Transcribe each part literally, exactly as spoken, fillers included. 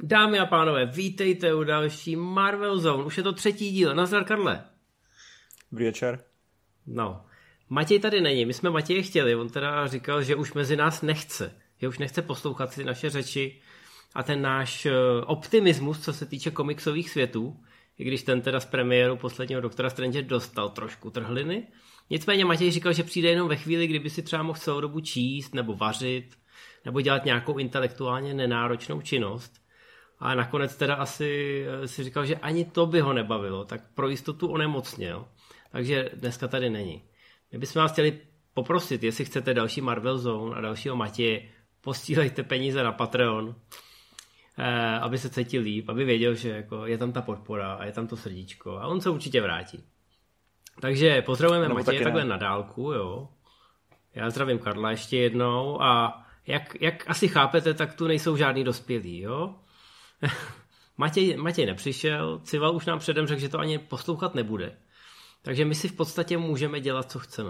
Dámy a pánové, vítejte u další Marvel Zone. Už je to třetí díl. Nazdar, Karle. Dobrý večer. No, Matěj tady není. My jsme Matěje chtěli. On teda říkal, že už mezi nás nechce. Že už nechce poslouchat si naše řeči a ten náš optimismus, co se týče komiksových světů, i když ten teda z premiéru posledního Doktora Strange dostal trošku trhliny. Nicméně Matěj říkal, že přijde jenom ve chvíli, kdyby si třeba mohl celou dobu číst nebo vařit nebo dělat nějakou intelektuálně nenáročnou činnost. A nakonec teda asi si říkal, že ani to by ho nebavilo, tak pro jistotu onemocněl. Takže dneska tady není. My bychom vás chtěli poprosit, jestli chcete další Marvel Zone a dalšího Matěje, posílejte peníze na Patreon, eh, aby se cítil líp, aby věděl, že jako je tam ta podpora a je tam to srdíčko a on se určitě vrátí. Takže pozdravujeme Matěje takhle na dálku, jo. Já zdravím Karla ještě jednou a jak, jak asi chápete, tak tu nejsou žádný dospělí, jo. Matěj, Matěj nepřišel, Cival už nám předem řekl, že to ani poslouchat nebude. Takže my si v podstatě můžeme dělat, co chceme.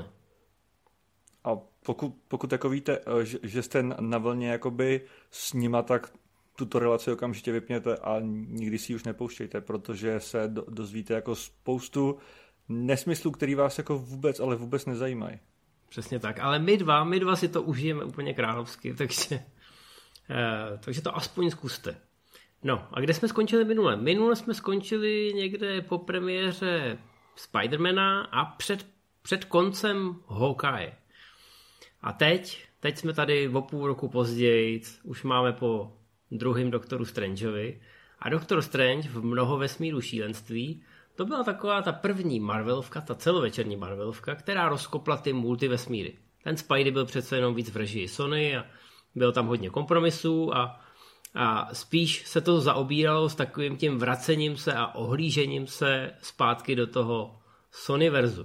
A pokud, pokud jako víte, že, že jste na vlně jakoby s nima, tak tuto relaci okamžitě vypněte a nikdy si ji už nepouštějte, protože se do, dozvíte jako spoustu nesmyslů, který vás jako vůbec, ale vůbec nezajímají. Přesně tak, ale my dva, my dva si to užijeme úplně královsky, takže, eh, takže to aspoň zkuste. No, a kde jsme skončili minule? Minule jsme skončili někde po premiéře Spidermana a před, před koncem Hawkeye. A teď, teď jsme tady o půl roku později, už máme po druhém Doktoru Strangeovi. A Doktor Strange v mnoho vesmíru šílenství, to byla taková ta první Marvelovka, ta celovečerní Marvelovka, která rozkopla ty multivesmíry. Ten Spidey byl přece jenom víc v režii Sony a bylo tam hodně kompromisů a A spíš se to zaobíralo s takovým tím vracením se a ohlížením se zpátky do toho Sonyverzu.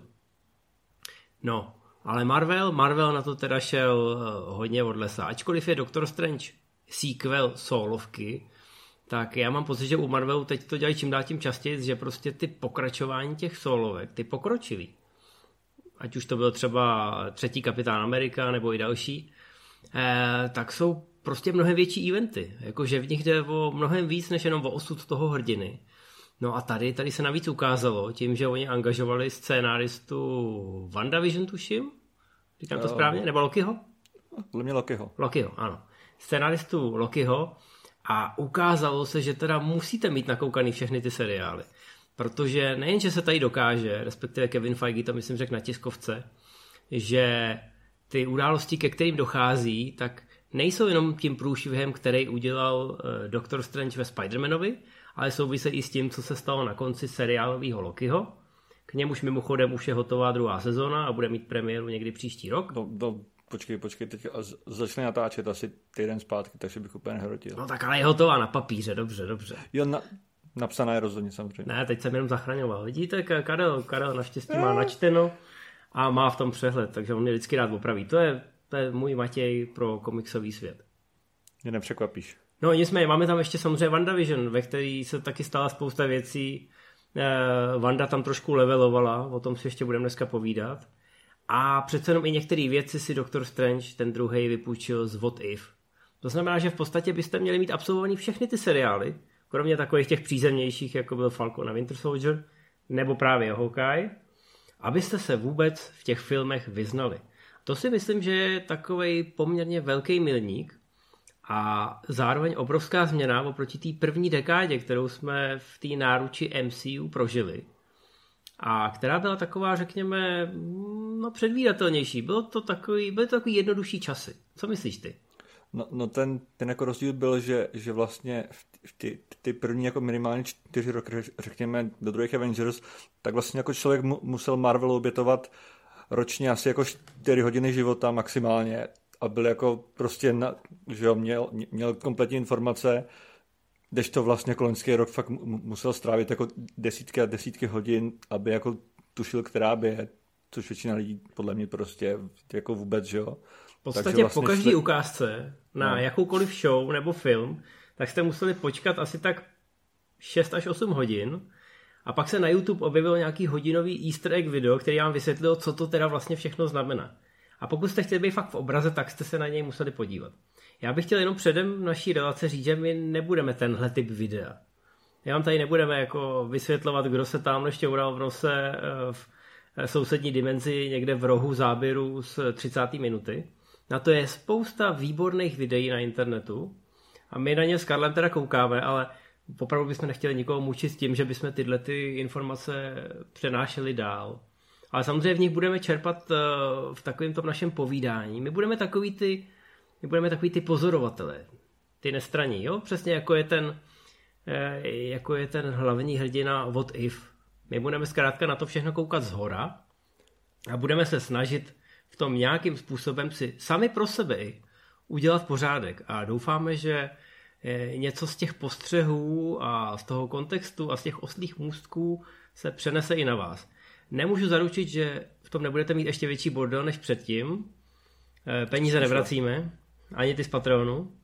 No, ale Marvel, Marvel na to teda šel hodně od lesa. Ačkoliv je Doctor Strange sequel solovky, tak já mám pocit, že u Marvelu teď to dělají čím dál tím častěji, že prostě ty pokračování těch solovek, ty pokročilý, ať už to byl třeba třetí Kapitán Amerika nebo i další, eh, tak jsou prostě mnohem větší eventy, jakože v nich jde o mnohem víc než jenom o osud toho hrdiny. No a tady, tady se navíc ukázalo tím, že oni angažovali scénáristu WandaVision, tuším, říkám to správně, nebo Lokiho? Mě Lokiho. Lokiho, ano. Scénáristu Lokiho a ukázalo se, že teda musíte mít nakoukaný všechny ty seriály, protože nejen, že se tady dokáže, respektive Kevin Feige to myslím řekl na tiskovce, že ty události, ke kterým dochází, tak nejsou jenom tím průšvihem, který udělal uh, Doctor Strange ve Spider-Manovi, ale souvisí i s tím, co se stalo na konci seriálového Lokiho. K němuž mimochodem už je hotová druhá sezóna a bude mít premiéru někdy příští rok. No, no počkej, počkej, teď začne natáčet asi týden zpátky, takže bych úplně nehrotil. No tak ale je hotová na papíře, dobře, dobře. Jo, na, napsaná je rozhodně samozřejmě. Ne, teď jsem jenom zachraňoval. Vidíte, Karel, Karel naštěstí má načteno a má v tom přehled, takže on mě vždycky rád opraví. To je To je můj Matěj pro komiksový svět. Mě nepřekvapíš. No nicméně, máme tam ještě samozřejmě WandaVision, ve který se taky stala spousta věcí. Eh, Wanda tam trošku levelovala, o tom si ještě budeme dneska povídat. A přece jenom i některé věci si Doctor Strange, ten druhej, vypůjčil z What If. To znamená, že v podstatě byste měli mít absolvovaný všechny ty seriály, kromě takových těch přízemnějších, jako byl Falcon a Winter Soldier, nebo právě Hawkeye, abyste se vůbec v těch filmech vyznali. To si myslím, že je takovej poměrně velký milník a zároveň obrovská změna oproti té první dekádě, kterou jsme v té náruči M C U prožili a která byla taková, řekněme, no předvídatelnější. Bylo to takový, byly to takový jednodušší časy. Co myslíš ty? No, no ten, ten jako rozdíl byl, že, že vlastně v ty, ty první jako minimálně čtyři roky, řekněme, do druhých Avengers, tak vlastně jako člověk mu, musel Marvel obětovat ročně asi jako čtyři hodiny života maximálně a byl jako prostě, na, že jo, měl, měl kompletní informace, kdežto vlastně jako loňský rok fakt musel strávit jako desítky a desítky hodin, aby jako tušil, která by je, což většina lidí podle mě prostě jako vůbec, že jo. V podstatě vlastně po každé šli... ukázce na no. jakoukoliv show nebo film, tak jste museli počkat asi tak šest až osm hodin. A pak se na YouTube objevilo nějaký hodinový easter egg video, který vám vysvětlil, co to teda vlastně všechno znamená. A pokud jste chtěli být fakt v obraze, tak jste se na něj museli podívat. Já bych chtěl jenom předem naší relace říct, že my nebudeme tenhle typ videa. Já vám tady nebudeme jako vysvětlovat, kdo se tamhle šťoural v nose v sousední dimenzi někde v rohu záběru z třicáté minuty. Na to je spousta výborných videí na internetu a my na ně s Karlem teda koukáme, ale opravdu bychom nechtěli nikoho mučit s tím, že bychom tyhle ty informace přenášeli dál. Ale samozřejmě v nich budeme čerpat v takovém tom našem povídání. My budeme takový ty, my budeme takový ty pozorovatelé, ty nestranní, jo? Přesně jako je ten, jako je ten hlavní hrdina What If. My budeme zkrátka na to všechno koukat zhora a budeme se snažit v tom nějakým způsobem si sami pro sebe udělat pořádek. A doufáme, že něco z těch postřehů a z toho kontextu a z těch oslých můstků se přenese i na vás. Nemůžu zaručit, že v tom nebudete mít ještě větší bordel než předtím. Peníze nevracíme, ani ty z Patreonu.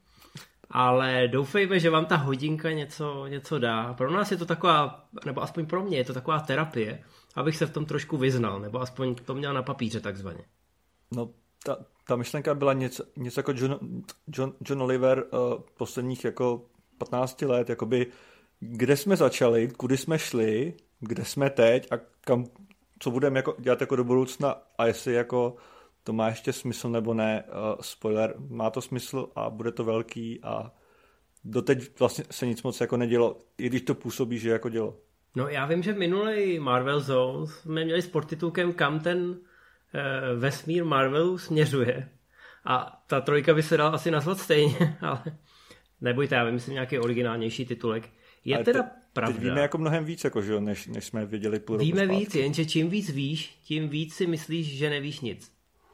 Ale doufejme, že vám ta hodinka něco, něco dá. Pro nás je to taková, nebo aspoň pro mě je to taková terapie, abych se v tom trošku vyznal, nebo aspoň to měl na papíře takzvaně. No, ta, ta myšlenka byla něco, něco jako John, John, John Oliver uh, posledních jako patnáct let, jakoby kde jsme začali, kudy jsme šli, kde jsme teď a kam, co budeme jako dělat jako do budoucna a jestli jako to má ještě smysl nebo ne. Uh, spoiler, má to smysl a bude to velký a doteď vlastně se nic moc jako nedělo, i když to působí, že jako dělo. No já vím, že minulý Marvel Zone jsme měli s podtitulkem Kam ten eh, vesmír Marvelu směřuje a ta trojka by se dala asi nazvat stejně, ale nebojte, já vymyslím nějaký originálnější titulek. Je ale teda te, pravda. Teď víme jako mnohem víc, jako, že, než, než jsme věděli půl roku Víme zpátky. víc, jenže čím víc víš, tím víc si myslíš, že nevíš nic.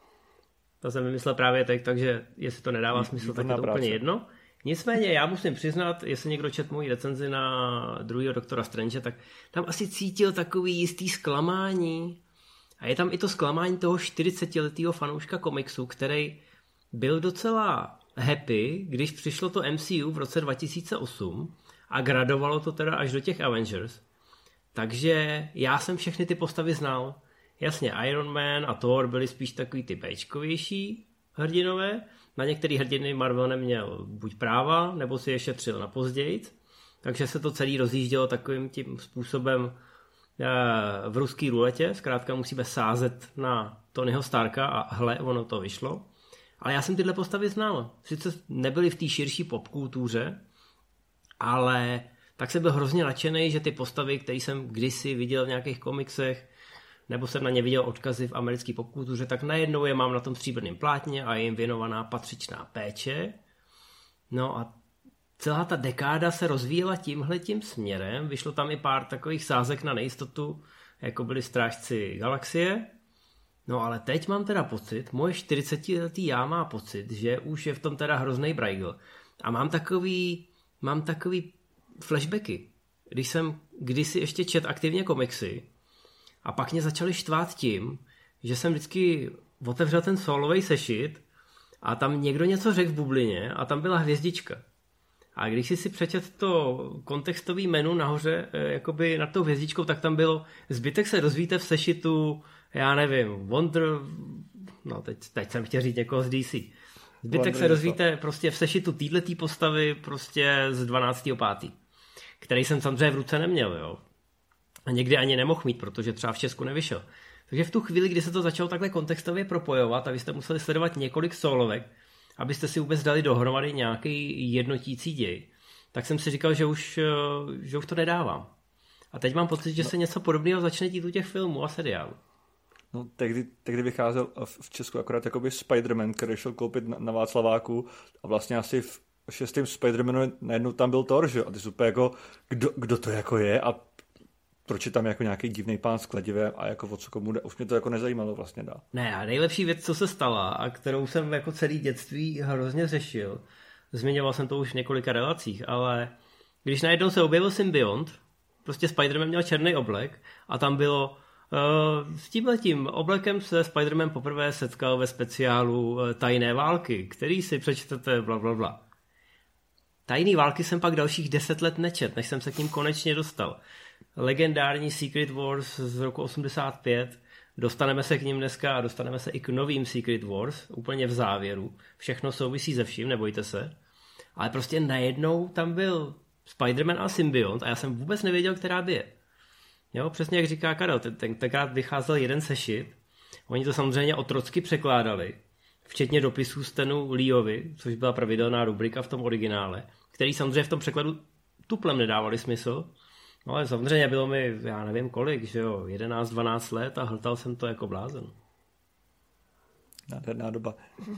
To jsem vymyslel právě teď, takže jestli to nedává smysl, tak je to práce. úplně jedno. Nicméně já musím přiznat, jestli někdo četl moji recenzi na druhého doktora Strange, tak tam asi cítil takový jistý zklamání. A je tam i to zklamání toho čtyřicetiletého fanouška komiksu, který byl docela happy, když přišlo to M C U v roce dva tisíce osm a gradovalo to teda až do těch Avengers. Takže já jsem všechny ty postavy znal. Jasně, Iron Man a Thor byli spíš takový ty péčkovější hrdinové. Na některý hrdiny Marvel neměl buď práva, nebo si je šetřil na později. Takže se to celý rozjíždělo takovým tím způsobem v ruský ruletě. Zkrátka musíme sázet na Tonyho Starka a hle, ono to vyšlo. Ale já jsem tyhle postavy znal. Sice nebyly v té širší popkultuře, ale tak jsem byl hrozně nadšený, že ty postavy, které jsem kdysi viděl v nějakých komiksech, nebo jsem na ně viděl odkazy v americké popkultuře, tak najednou je mám na tom stříbrném plátně a je jim věnovaná patřičná péče. No a celá ta dekáda se rozvíjela tímhletím směrem. Vyšlo tam i pár takových sázek na nejistotu, jako byli Strážci galaxie. No ale teď mám teda pocit, moje čtyřicetiletý já má pocit, že už je v tom teda hroznej brajgl. A mám takový, mám takový flashbacky. Když jsem kdysi ještě čet aktivně komiksy, a pak mě začali štvát tím, že jsem vždycky otevřel ten solovej sešit a tam někdo něco řekl v bublině a tam byla hvězdička. A když jsi si přečet to kontextový menu nahoře, jakoby nad tou hvězdičkou, tak tam bylo zbytek se dozvíte v sešitu, já nevím, Wonder... No teď, teď jsem chtěl říct někoho z D C. Zbytek Wonder se dozvíte prostě v sešitu týhletý postavy prostě z dvanáctého pátého který jsem samozřejmě v ruce neměl, jo. A někdy ani nemohl mít, protože třeba v Česku nevyšel. Takže v tu chvíli, kdy se to začalo takhle kontextově propojovat a vy jste museli sledovat několik solovek, abyste si vůbec dali dohromady nějaký jednotící děj, tak jsem si říkal, že už, že už to nedávám. A teď mám pocit, že se něco podobného začne dít u těch filmů a seriálů. No, tehdy, tehdy vycházel v Česku akorát jakoby Spider-Man, který šel koupit na, na Václaváku a vlastně asi v šestém Spider-Manu najednou tam byl Thor, že? A ty super jako, kdo, kdo to jako je a proč je tam jako nějaký divný pán s kladivem a jako o co komu jde. Už mě to jako nezajímalo vlastně dál. Ne, a nejlepší věc, co se stala a kterou jsem jako celý dětství hrozně řešil, zmiňoval jsem to už v několika relacích, ale když najednou se objevil symbiont, prostě Spider-Man měl černý oblek a tam bylo uh, s tímhletím oblekem se Spider-Man poprvé setkal ve speciálu uh, Tajné války, který si přečtete bla bla bla. Tajný války jsem pak dalších deset let nečet, než jsem se k ním konečně dostal. Legendární Secret Wars z roku osmdesát pět Dostaneme se k ním dneska a dostaneme se i k novým Secret Wars, úplně v závěru. Všechno souvisí se vším, nebojte se. Ale prostě najednou tam byl Spider-Man a Symbiont a já jsem vůbec nevěděl, která by je. Jo, přesně jak říká Karel, ten, ten, tenkrát vycházel jeden sešit. Oni to samozřejmě otrocky překládali, včetně dopisů Stanu Leeovi, což byla pravidelná rubrika v tom originále, který samozřejmě v tom překladu tuplem nedávali smysl. No ale samozřejmě bylo mi, já nevím kolik, že jo, jedenáct dvanáct let a hltal jsem to jako blázen. Nádherná doba.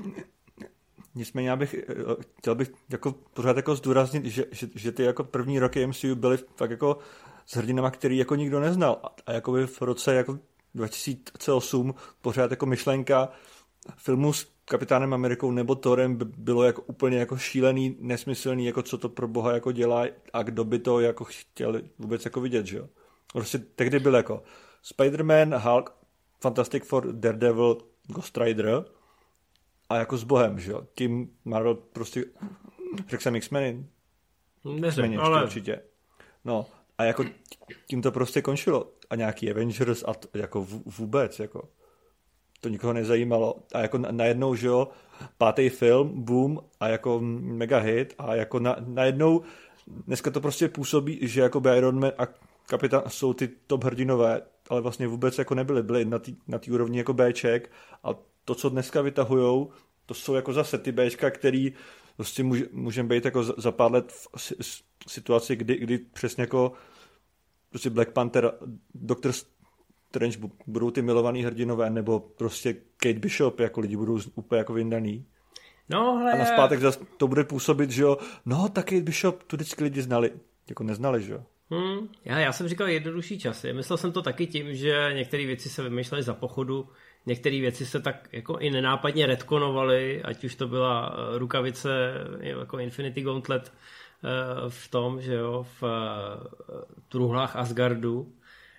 Nicméně já bych, chtěl bych jako pořád jako zdůraznit, že, že, že ty jako první roky M C U byly tak jako s hrdinama, který jako nikdo neznal. A jako by v roce jako dva tisíce osm pořád jako myšlenka filmu s Kapitánem Amerikou nebo Thorem bylo jako úplně jako šílený, nesmyslný, jako co to pro boha jako dělá a kdo by to jako chtěl vůbec jako vidět, že jo. Prostě tehdy byl jako Spider-Man, Hulk, Fantastic Four, Daredevil, Ghost Rider a jako s bohem, že jo. Tím Marvel prostě řekl jsem X-Meny. Neřekl, ale... určitě. No a jako tím to prostě končilo. A nějaký Avengers a to, jako vůbec, jako to nikoho nezajímalo. A jako najednou, že jo, pátý film, boom, a jako mega hit a jako na, najednou dneska to prostě působí, že jako Iron Man a Kapitán jsou ty top hrdinové, ale vlastně vůbec jako nebyly, byly na té na té úrovni jako Bček a to, co dneska vytahujou, to jsou jako zase ty Bčka, který prostě může, můžeme být jako za, za pár let v situaci, kdy, kdy přesně jako prostě Black Panther, Doctor Strange budou ty milovaný hrdinové, nebo prostě Kate Bishop, jako lidi budou úplně jako vyndaný. No, hle... A naspátek zase to bude působit, že jo, no, tak Kate Bishop tu vždycky lidi znali, jako neznali, že jo. Hmm, já, já jsem říkal jednodušší časy. Myslel jsem to taky tím, že některé věci se vymýšlely za pochodu, některé věci se tak jako i nenápadně retkonovaly, ať už to byla rukavice jako Infinity Gauntlet v tom, že jo, v truhlách Asgardu,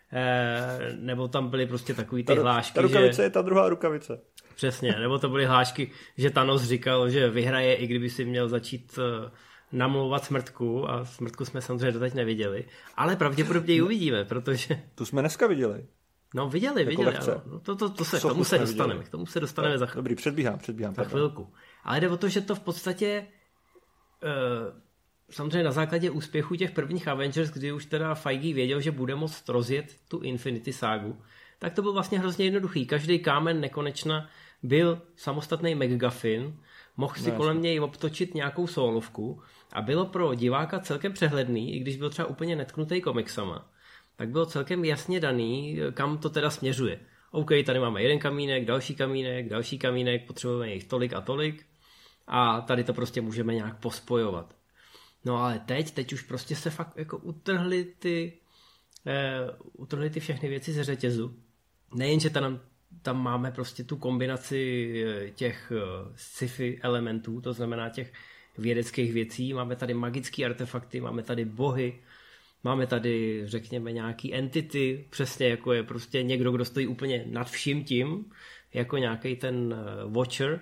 nebo tam byly prostě takový ty ta, hlášky, ta rukavice že... je ta druhá rukavice. Přesně, nebo to byly hlášky, že Thanos říkal, že vyhraje, i kdyby si měl začít namlouvat Smrtku, a Smrtku jsme samozřejmě doteď neviděli, ale pravděpodobně ji uvidíme, protože... Tu jsme dneska viděli. No viděli, jako viděli, ano. No, to, to, to se, k tomu se dostaneme, k tomu se dostaneme no, za chvíli. Dobrý, předbíhám, předbíhám. Za chvilku. Ale jde o to, že to v podstatě uh, samozřejmě na základě úspěchu těch prvních Avengers, kdy už teda Feige věděl, že bude moct rozjet tu Infinity ságu, tak to byl vlastně hrozně jednoduchý. Každý kámen nekonečna byl samostatný McGuffin, mohl si no, kolem něj obtočit nějakou sólovku a bylo pro diváka celkem přehledný, i když byl třeba úplně netknutý komiksama, tak bylo celkem jasně daný, kam to teda směřuje. OK, tady máme jeden kamínek, další kamínek, další kamínek, potřebujeme jich tolik a tolik a tady to prostě můžeme nějak pospojovat. No ale teď, teď už prostě se fakt jako utrhly ty, eh, utrhly ty všechny věci ze řetězu. Nejenže tam, tam máme prostě tu kombinaci těch sci-fi elementů, to znamená těch vědeckých věcí, máme tady magické artefakty, máme tady bohy, máme tady, řekněme, nějaký entity, přesně jako je prostě někdo, kdo stojí úplně nad vším tím, jako nějaký ten Watcher,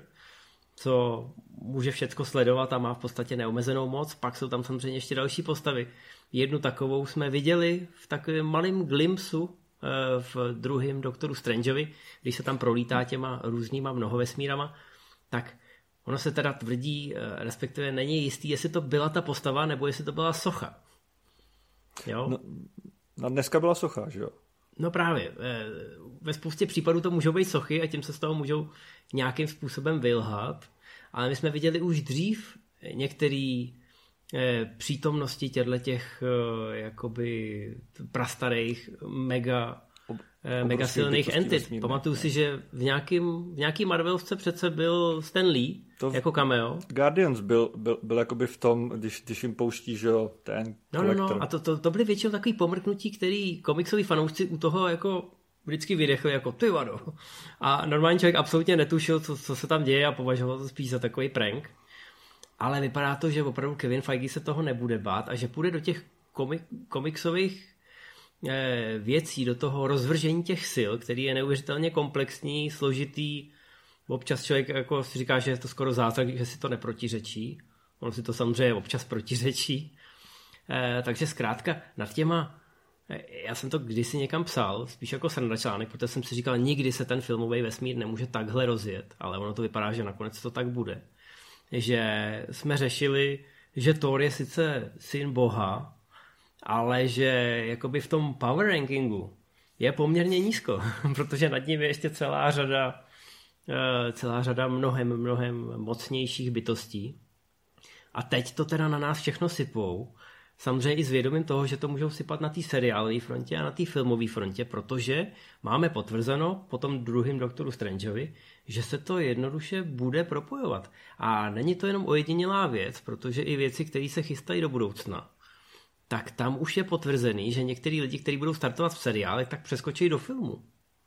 co může všecko sledovat a má v podstatě neomezenou moc. Pak jsou tam samozřejmě ještě další postavy. Jednu takovou jsme viděli v takovém malém glimpsu v druhém Doktoru Strangeovi, když se tam prolítá těma různýma mnohovesmírama, tak ono se teda tvrdí, respektive není jistý, jestli to byla ta postava, nebo jestli to byla socha. Jo? No, no dneska byla socha, že jo? No právě. Ve spoustě případů to můžou být sochy a tím se z toho můžou nějakým způsobem vylhat, ale my jsme viděli už dřív některé přítomnosti těchto jakoby prastarých mega, mega silných entit. Pamatuju si, že v nějakým, v nějaký Marvelovce přece byl Stan Lee to jako cameo. Guardians byl, byl, byl jakoby v tom, když, když jim pouští, že jo, ten No, no, no, a to, to, to byly většinou takový pomrknutí, který komiksoví fanoušci u toho jako vždycky vydechli jako ty vado. A normální člověk absolutně netušil, co, co se tam děje a považoval to spíš za takový prank. Ale vypadá to, že opravdu Kevin Feige se toho nebude bát a že půjde do těch komik, komiksových eh, věcí, do toho rozvržení těch sil, který je neuvěřitelně komplexní, složitý. Občas člověk jako si říká, že je to skoro zázrak, že si to neprotiřečí. On si to samozřejmě občas protiřečí. Eh, takže zkrátka nad těma Já jsem to kdysi někam psal, spíš jako srandačlánek, protože jsem si říkal, nikdy se ten filmový vesmír nemůže takhle rozjet, ale ono to vypadá, že nakonec to tak bude. Že jsme řešili, že Thor je sice syn Boha, ale že jakoby v tom power rankingu je poměrně nízko, protože nad ním je ještě celá řada, celá řada mnohem, mnohem mocnějších bytostí. A teď to teda na nás všechno sypou. Samozřejmě i s vědomím toho, že to můžou sypat na té seriálové frontě a na té filmové frontě, protože máme potvrzeno po tom druhém Doktoru Strangeovi, že se to jednoduše bude propojovat. A není to jenom ojedinělá věc, protože i věci, které se chystají do budoucna, tak tam už je potvrzený, že některý lidi, kteří budou startovat v seriálech, tak přeskočí do filmu.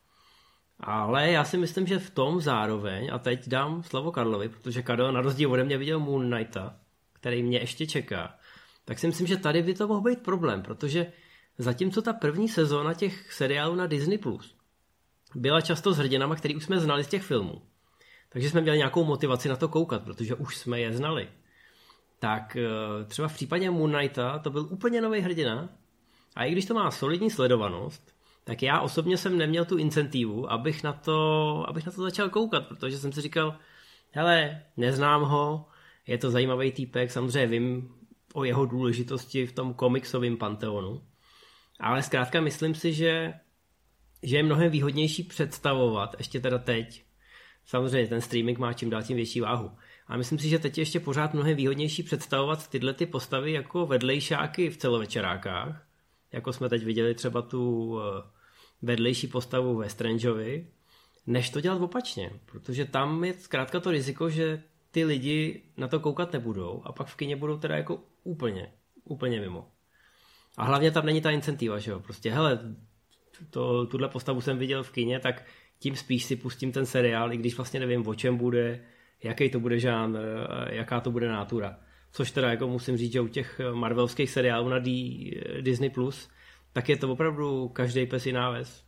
Ale já si myslím, že v tom zároveň, a teď dám slovo Karlovi, protože Karel na rozdíl ode mě viděl Moon Knighta, který mě ještě čeká, tak si myslím, že tady by to mohl být problém, protože zatímco ta první sezóna těch seriálů na Disney Plus byla často s hrdinama, který už jsme znali z těch filmů, takže jsme měli nějakou motivaci na to koukat, protože už jsme je znali. Tak třeba v případě Moon Knighta to byl úplně nový hrdina a i když to má solidní sledovanost, tak já osobně jsem neměl tu incentivu, abych na to, abych na to začal koukat, protože jsem si říkal, hele, neznám ho, je to zajímavý týpek, samozřejmě vím o jeho důležitosti v tom komiksovém panteonu, ale zkrátka myslím si, že, že je mnohem výhodnější představovat, ještě teda teď, samozřejmě ten streaming má čím dál tím větší váhu, a myslím si, že teď je ještě pořád mnohem výhodnější představovat tyhle ty postavy jako vedlejšáky v celovečerákách, jako jsme teď viděli třeba tu vedlejší postavu ve Strangeovi, než to dělat opačně, protože tam je zkrátka to riziko, že ty lidi na to koukat nebudou a pak v kině budou teda jako úplně, úplně mimo. A hlavně tam není ta incentiva, že jo, prostě hele, to, tuhle postavu jsem viděl v kině, tak tím spíš si pustím ten seriál, i když vlastně nevím, o čem bude, jaký to bude žánr, jaká to bude nátura. Což teda jako musím říct, že u těch marvelovských seriálů na D- Disney Plus, tak je to opravdu každý pes jiná ves.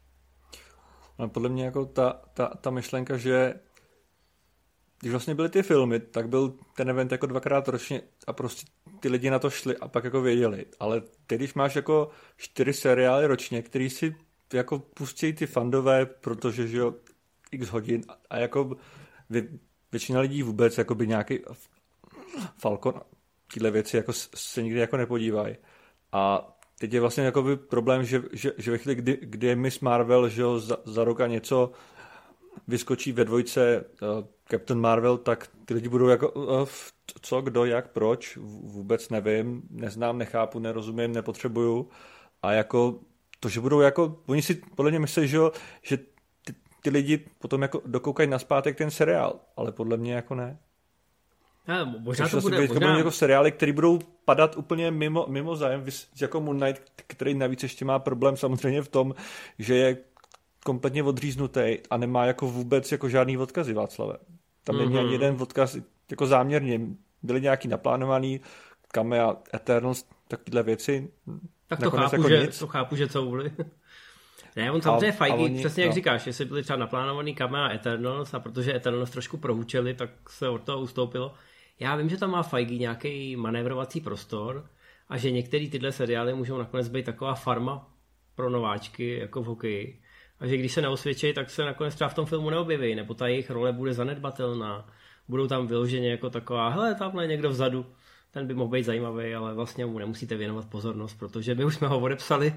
No, podle mě jako ta, ta, ta myšlenka, že když vlastně byly ty filmy, tak byl ten event jako dvakrát ročně a prostě ty lidi na to šli a pak jako věděli. Ale ty, když máš jako čtyři seriály ročně, který si jako pustí ty fandové, protože že jo, x hodin a jako vě, většina lidí vůbec jako by nějaký Falcon, tyhle věci jako se nikdy jako nepodívají. A teď je vlastně jakoby problém, že, že, že ve chvíli, kdy, kdy je Miss Marvel, že jo, za, za rok a něco vyskočí ve dvojce uh, Captain Marvel, tak ty lidi budou jako uh, co, kdo, jak, proč, vůbec nevím, neznám, nechápu, nerozumím, nepotřebuju. A jako to, že budou jako, oni si podle mě myslí, že, jo, že ty, ty lidi potom jako dokoukají nazpátek ten seriál, ale podle mě jako ne. Ne, možná to bude, možná... jako seriály, které budou padat úplně mimo, mimo zájem, jako Moon Knight, který navíc ještě má problém samozřejmě v tom, že je kompletně odříznutý a nemá jako vůbec jako žádný odkazy, Václave. Tam není mm-hmm. ani jeden odkaz, jako záměrně. Byly nějaký naplánovaný camea, Eternals, takovéhle věci. Tak to chápu, jako že, to chápu, že co byly. Ne, on samozřejmě Feige, přesně jak no. říkáš, jestli byly třeba naplánovaný camea Eternals a protože Eternals trošku prohučeli, tak se od toho ustoupilo. Já vím, že tam má Feige nějaký manévrovací prostor a že některé tyhle seriály můžou nakonec být taková farma pro nováčky, jako v hokeji. A že když se neosvědčí, tak se nakonec třeba v tom filmu neobjeví, nebo ta jejich role bude zanedbatelná. Budou tam vyloženě jako taková, hele, tamhle někdo vzadu, ten by mohl být zajímavý, ale vlastně mu nemusíte věnovat pozornost, protože my už jsme ho odepsali.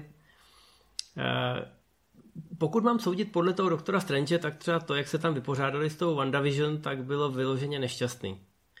E, pokud mám soudit podle toho Doktora Strange, tak třeba to, jak se tam vypořádali s tou WandaVision, tak bylo vyloženě nešťastný.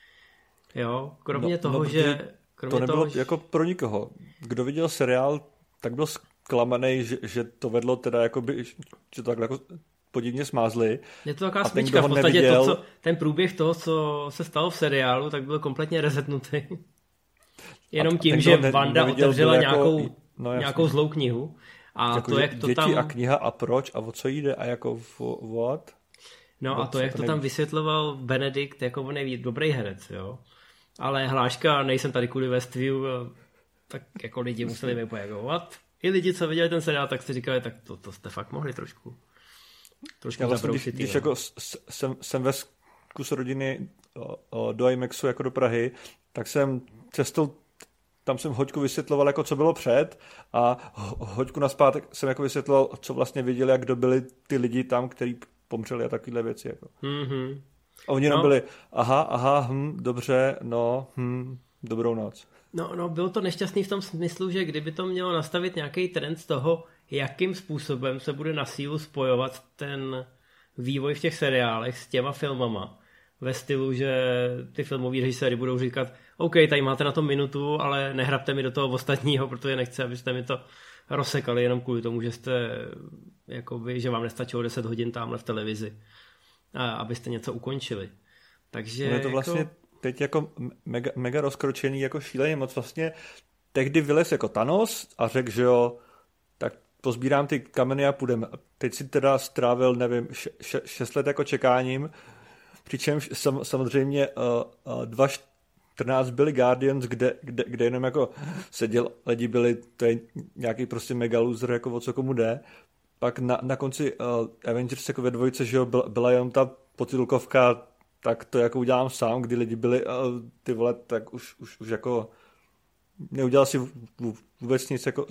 Jo, kromě no, toho, no, že... Kromě to nebylo toho, jako pro nikoho. Kdo viděl seriál, tak byl zklamaný, že, že to vedlo teda jakoby, že to takhle jako podivně smázli. Je to taková smyčka, v podstatě neviděl... to, co, ten průběh toho, co se stalo v seriálu, tak byl kompletně resetnutý. Jenom tím, že ne, Wanda otevřela jako, nějakou, no, nějakou zlou knihu. A jako to, jak to děti tam... a kniha a proč a o co jde a jako what? No a to, jak to tam vysvětloval Benedikt, jako on je dobrý herec, jo. Ale hláška, nejsem tady kvůli Westview, tak jako lidi museli mi pojagovat. I lidi, co viděli ten seriál, tak si říkali, tak to, to jste fakt mohli trošku. Trošku vlastně, když, když jako jsem, jsem ve kus rodiny do IMAXu jako do Prahy, tak jsem cestou tam jsem hoďku vysvětloval, jako co bylo před a hoďku naspátek jsem jako vysvětloval, co vlastně viděli a kdo byli ty lidi tam, kteří pomřeli a takovéhle věci. Jako. Mm-hmm. A oni jenom no. byli, aha, aha, hm, dobře, no, hm, dobrou noc. No, no, bylo to nešťastný v tom smyslu, že kdyby to mělo nastavit nějaký trend z toho, jakým způsobem se bude na sílu spojovat ten vývoj v těch seriálech s těma filmama, ve stylu, že ty filmoví režiséry budou říkat, OK, tady máte na to minutu, ale nehrabte mi do toho ostatního, protože nechci, abyste mi to rozsekali jenom kvůli tomu, že jste, jakoby, že vám nestačilo deset hodin tamhle v televizi, a abyste něco ukončili. Takže no je to vlastně jako... teď jako mega, mega rozkročený, jako šíleně moc. Vlastně tehdy vylez jako Thanos a řekl, že jo, tak pozbírám ty kameny a půjdeme. Teď si teda strávil, nevím, š, š, šest let jako čekáním, přičemž sam, samozřejmě uh, uh, dva čtrnáct byli Guardians, kde, kde, kde jenom jako seděl, lidi byli, to je nějaký prostě mega loser, jako o co komu jde. Pak na, na konci uh, Avengers jako ve dvojce, že jo, byla, byla jenom ta potitulkovka, tak to jako udělám sám, kdy lidi byli uh, ty vole, tak už, už, už jako neudělal si vůbec nic jako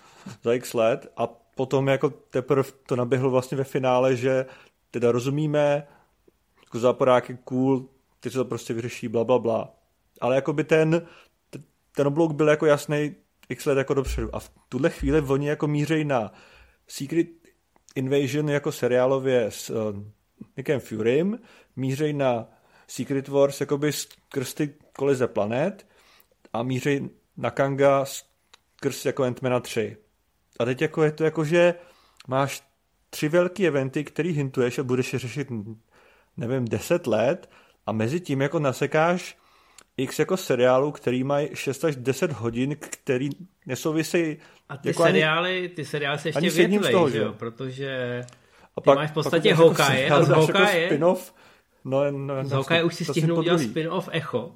za x let a potom jako teprve to naběhlo vlastně ve finále, že teda rozumíme, jako záporáky cool, teď se to prostě vyřeší, bla, bla, bla. Ale jako by ten, ten oblouk byl jako jasný x let jako dopředu. A v tuhle chvíli oni jako mířejí na Secret Invasion jako seriálově s uh, Nickem Furym, mířejí na Secret Wars jakoby skrz ty kolize planet a mířejí na Kanga skrz jako Ant-Mana tři. A teď jako je to jako, že máš tři velký eventy, který hintuješ a budeš je řešit, nevím, deset let a mezi tím jako nasekáš x jako seriálů, který mají šest až deset hodin, který nesouvisejí. A ty jako seriály, ani, ty seriály se ještě větvej, že jo, protože a ty pak, máš v podstatě Hawkeye, jako a z Hawkeye, jako spin-off, no, no, z Hawkeye už si stihnul udělat spin-off Echo.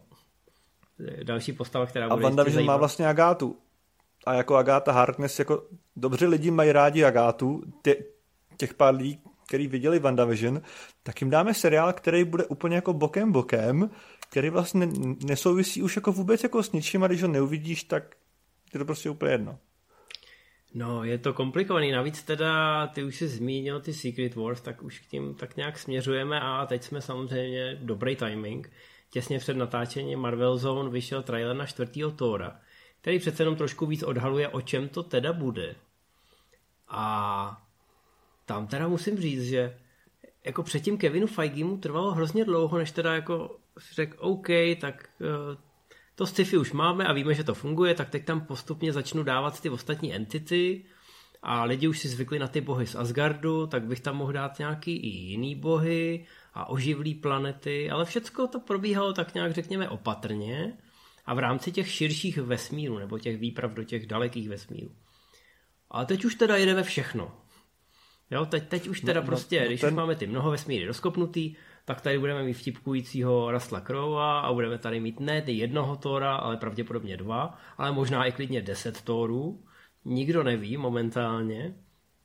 Další postava, která bude a WandaVision má vlastně Agátu. A jako Agáta Harkness, jako dobře lidi mají rádi Agátu, tě, těch pár lidí, který viděli WandaVision, tak jim dáme seriál, který bude úplně jako bokem bokem, který vlastně nesouvisí už jako vůbec jako s ničím a když ho neuvidíš, tak je to prostě úplně jedno. No, je to komplikovaný. Navíc teda, ty už jsi zmínil ty Secret Wars, tak už k tím tak nějak směřujeme a teď jsme samozřejmě dobrý timing. Těsně před natáčením Marvel Zone vyšel trailer na čtvrtýho Thora, který přece jenom trošku víc odhaluje, o čem to teda bude. A tam teda musím říct, že jako předtím Kevinu Feigemu trvalo hrozně dlouho, než teda jako řekl OK, tak uh, to sci-fi už máme a víme, že to funguje, tak teď tam postupně začnu dávat ty ostatní entity a lidi už si zvykli na ty bohy z Asgardu, tak bych tam mohl dát nějaký i jiný bohy a oživlý planety, ale všecko to probíhalo tak nějak, řekněme, opatrně a v rámci těch širších vesmírů, nebo těch výprav do těch dalekých vesmírů. Ale teď už teda jedeme všechno. Jo, teď, teď už teda no, prostě, no, když ten... už máme ty mnoho vesmíry rozkopnutý, tak tady budeme mít vtipkujícího Russella Crowe a budeme tady mít ne ty jednoho Thora, ale pravděpodobně dva, ale možná i klidně deset Thorů. Nikdo neví momentálně.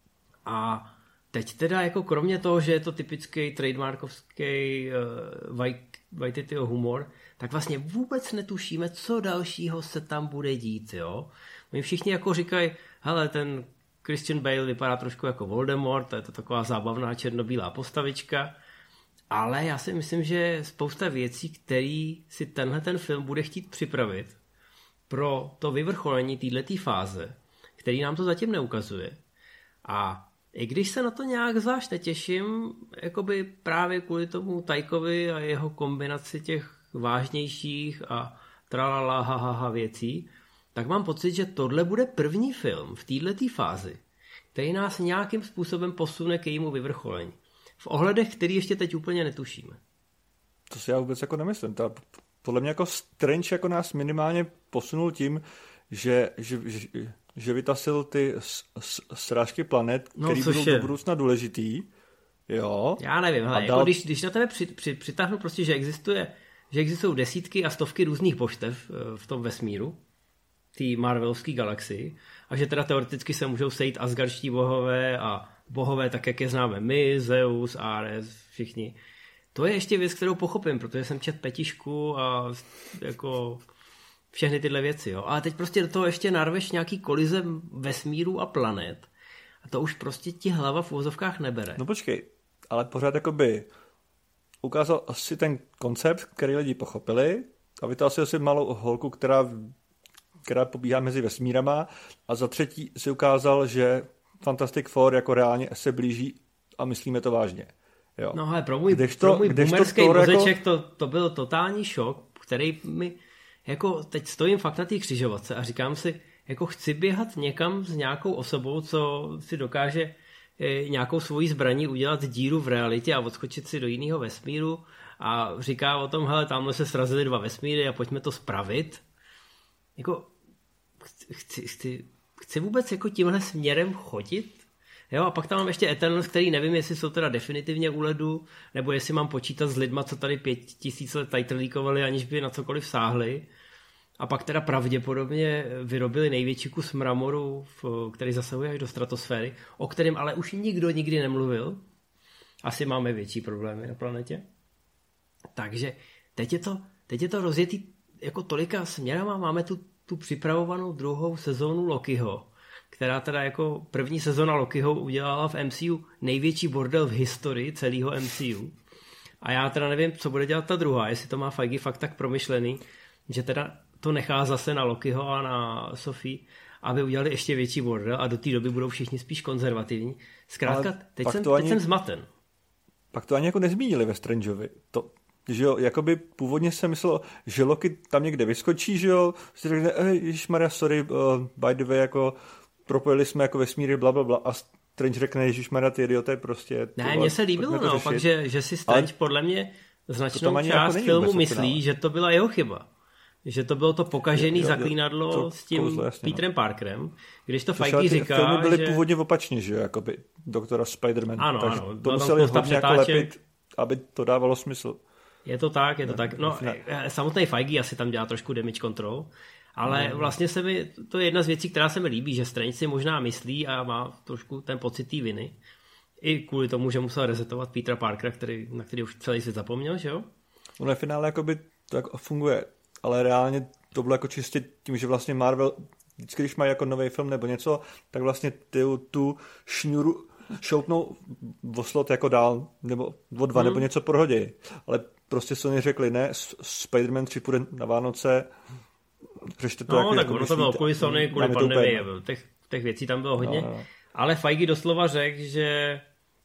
A teď teda jako kromě toho, že je to typický trademarkovský uh, Waititiho humor, tak vlastně vůbec netušíme, co dalšího se tam bude dít. Jo? My všichni jako říkají, hele, ten Christian Bale vypadá trošku jako Voldemort, to je to taková zábavná černobílá postavička, ale já si myslím, že spousta věcí, který si tenhle ten film bude chtít připravit pro to vyvrcholení této fáze, který nám to zatím neukazuje. A i když se na to nějak zvlášť netěším, jakoby právě kvůli tomu Taikovi a jeho kombinaci těch vážnějších a tralala hahaha věcí, tak mám pocit, že tohle bude první film v této fázi, který nás nějakým způsobem posune k jejímu vyvrcholení. V ohledech, který ještě teď úplně netušíme. To si já vůbec jako nemyslím. Ta, podle mě jako Strange jako nás minimálně posunul tím, že, že, že, že vytasil ty s, s, srážky planet, no, které budou je. do budoucna důležitý. Jo. Já nevím, hele, dal... jako když, když na tebe při, při, přitáhnu prostě, že existuje, že existují desítky a stovky různých božstev v tom vesmíru, té Marvelovské galaxii, a že teda teoreticky se můžou sejít asgardští bohové a bohové tak, jak je známe my, Zeus, Ares, všichni. To je ještě věc, kterou pochopím, protože jsem čet petišku a jako všechny tyhle věci, jo. Ale teď prostě do toho ještě narveš nějaký kolize vesmíru a planet a to už prostě ti hlava v uvozovkách nebere. No počkej, ale pořád jakoby ukázal asi ten koncept, který lidi pochopili a vytáhl si malou holku, která, která pobíhá mezi vesmírama a za třetí si ukázal, že Fantastic Four jako reálně se blíží a myslíme to vážně. Jo. No ale pro můj, kdežto, pro můj boomerský mozeček jako... to, to byl totální šok, který mi, jako teď stojím fakt na té křižovatce a říkám si, jako chci běhat někam s nějakou osobou, co si dokáže e, nějakou svojí zbraní udělat díru v realitě a odskočit si do jiného vesmíru a říká o tom, hele, tamhle se srazily dva vesmíry a pojďme to spravit. Jako chci, chci, chci vůbec jako tímhle směrem chodit? Jo, a pak tam mám ještě Eternals, který nevím, jestli jsou teda definitivně u ledu, nebo jestli mám počítat s lidma, co tady pět tisíc let tajtrlíkovali, aniž by na cokoliv sáhli. A pak teda pravděpodobně vyrobili největší kus mramoru, který zasahuje až do stratosféry, o kterém ale už nikdo nikdy nemluvil. Asi máme větší problémy na planetě. Takže teď je to, teď je to rozjetý jako tolika směrama. Máme tu, tu připravovanou druhou sezónu Lokiho, která teda jako první sezona Lokiho udělala v M C U největší bordel v historii celého M C U. A já teda nevím, co bude dělat ta druhá, jestli to má Feige fakt tak promyšlený, že teda to nechá zase na Lokiho a na Sophie, aby udělali ještě větší bordel a do té doby budou všichni spíš konzervativní. Zkrátka, teď, jsem, teď ani, jsem zmaten. Pak to ani jako nezmínili ve Strangeovi. To, že jo, jakoby původně jsem myslel, že Loki tam někde vyskočí, že jo, si řekne, ježišmarja, sorry, uh, by the way, jako propojili jsme jako vesmíry, blablabla, a Strange řekne, ježišmarja, ty idioté, prostě... Ne, mně se líbilo, no, pak, že, že si Strange ale podle mě značnou část jako filmu myslí, že to byla jeho chyba. Že to bylo to pokažený jo, jo, zaklínadlo to s tím kouzlo, jasně, Petrem no. Parkerem, když to Feige říká, filmy byly že... původně opačně, že jo, jakoby doktora Spider-Man. Ano, takže ano. to museli hodně jako lepit, aby to dávalo smysl. Je to tak, je to ne, tak. No, ne. Samotný Feige asi tam dělá trošku damage control, ale no, vlastně se mi, to je jedna z věcí, která se mi líbí, že Strange si možná myslí a má trošku ten pocit té viny. I kvůli tomu, že musel resetovat Petra Parkera, který, na který už celý svět zapomněl, že jo? No, ve finále jakoby to jako funguje. Ale reálně to bylo jako čistě tím, že vlastně Marvel, vždycky, když mají jako nový film nebo něco, tak vlastně ty, tu šňůru šoupnou o slot jako dál, nebo o dva, hmm. nebo něco prohodějí. Ale prostě Sony řekli, ne, Spider-Man tři půjde na Vánoce, řešte to. No, jak, tak jako ono to bylo kvůli Sony, kvůli pandemii, těch, těch věcí tam bylo hodně. No, no. Ale Feige doslova řekl, že,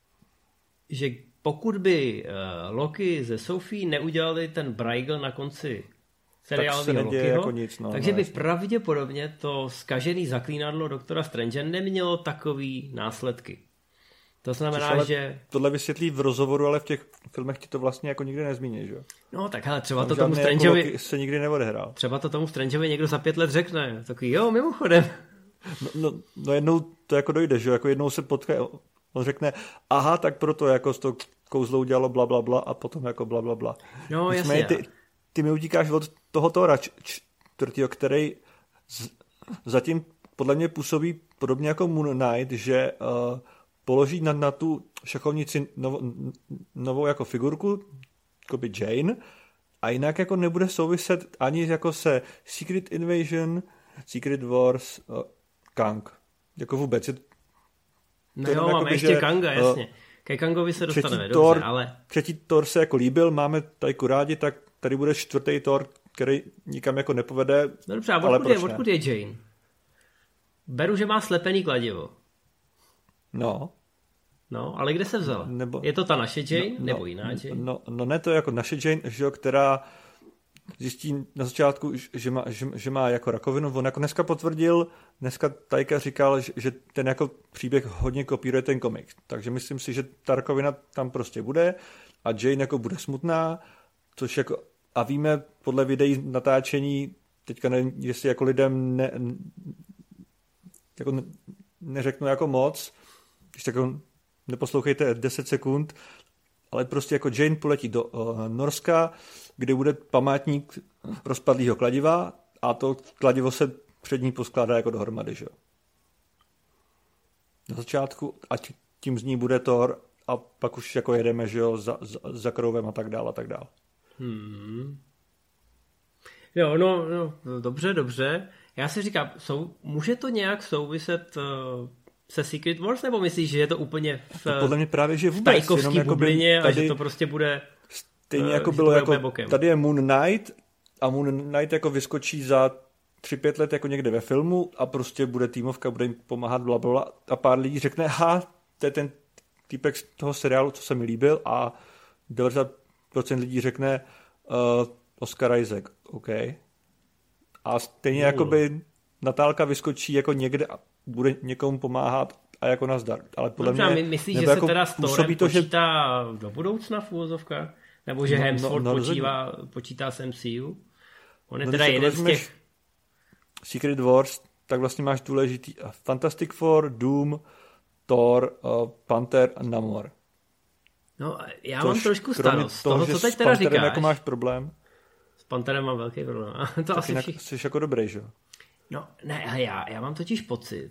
že pokud by uh, Loki ze Sophie neudělali ten Braigel na konci seriálového Lokiho, jako nic, no, takže no, by jasný. Pravděpodobně to zkažený zaklínadlo doktora Strange nemělo takový následky. To znamená, Což, že... Tohle vysvětlí v rozhovoru, ale v těch filmech ti to vlastně jako nikdy nezmíní, že jo? No tak hele, třeba to tomu Strangeovi... Jako se nikdy neodehrál. Třeba to tomu Strangeovi někdo za pět let řekne. Takový, jo, mimochodem. No, no, no jednou to jako dojde, že jo? Jako jednou se potká, on řekne, aha, tak proto jako z toho kouzlo udělalo bla, bla, bla a potom jako bla, bla, bla. No jasně. Ty, ty mi utíkáš od toho Tora čtvrtýho, který z, zatím podle mě působí podobně jako Moon Knight, že uh, položí na, na tu šachovnici nov, novou jako figurku, jako by Jane, a jinak jako nebude souviset ani jako se Secret Invasion, Secret Wars, uh, Kang. Jako vůbec. Je, no jo, máme jako, ještě že, Kanga, jasně. Uh, Ke Kangovi se dostaneme, dobře, Thor, ale... Třetí Thor se jako líbil, máme Tajku rádi, tak tady bude čtvrtý Thor, který nikam jako nepovede. No dobře, a odkud je, odkud je Jane? Beru, že má slepený kladivo. No. No, ale kde se vzala? Nebo... Je to ta naše Jane, no, nebo jiná Jane? No, no ne, to je jako naše Jane, že jo, která zjistí na začátku, že má, že, že má jako rakovinu. On jako dneska potvrdil, dneska Tajka říkal, že, že ten jako příběh hodně kopíruje ten komik. Takže myslím si, že ta rakovina tam prostě bude a Jane jako bude smutná, což jako, a víme podle videí natáčení, teďka nevím, jestli jako lidem ne, jako ne, neřeknu jako moc, když tak jako neposlouchejte deset sekund, ale prostě jako Jane poletí do uh, Norska, kde bude památník rozpadlého kladiva a to kladivo se před ní poskládá jako dohromady, že jo. Na začátku, ať tím z ní bude Thor a pak už jako jedeme, že jo, za, za, za Crowem a tak dál a tak dál. Hmm. Jo, no, no, dobře, dobře. Já si říkám, sou, může to nějak souviset uh, se Secret Wars, nebo myslíš, že je to úplně v, to podle mě právě, že vůbec, v tajkovský bublině tady, a že to prostě bude stejně uh, jako bylo, jako tady je Moon Knight a Moon Knight jako vyskočí za tři, pět let jako někde ve filmu a prostě bude týmovka, bude jim pomáhat blablabla a pár lidí řekne, ha, to je ten týpek z toho seriálu, co se mi líbil a devadesát procent lidí řekne uh, Oscar Isaac, OK. A stejně uh. jakoby Natálka vyskočí jako někde a bude někomu pomáhat a jako nazdar. Ale podle no, mě... Myslíš, že jako se teda s Thorem to, počítá že... do budoucna v úvozovkách? Nebo že no, Hemsworth no, no, počívá, počítá s M C U? On je no, teda jeden z těch... Secret Wars, tak vlastně máš důležitý Fantastic Four, Doom, Thor, uh, Panther a Namor. No, já Tož, mám trošku starost. Z toho, co teď teda říkáš. Jako máš problém? S Pantherem mám velký problém. To asi jinak jsi jako dobrý, že jo? No, ne, ale já, já mám totiž pocit,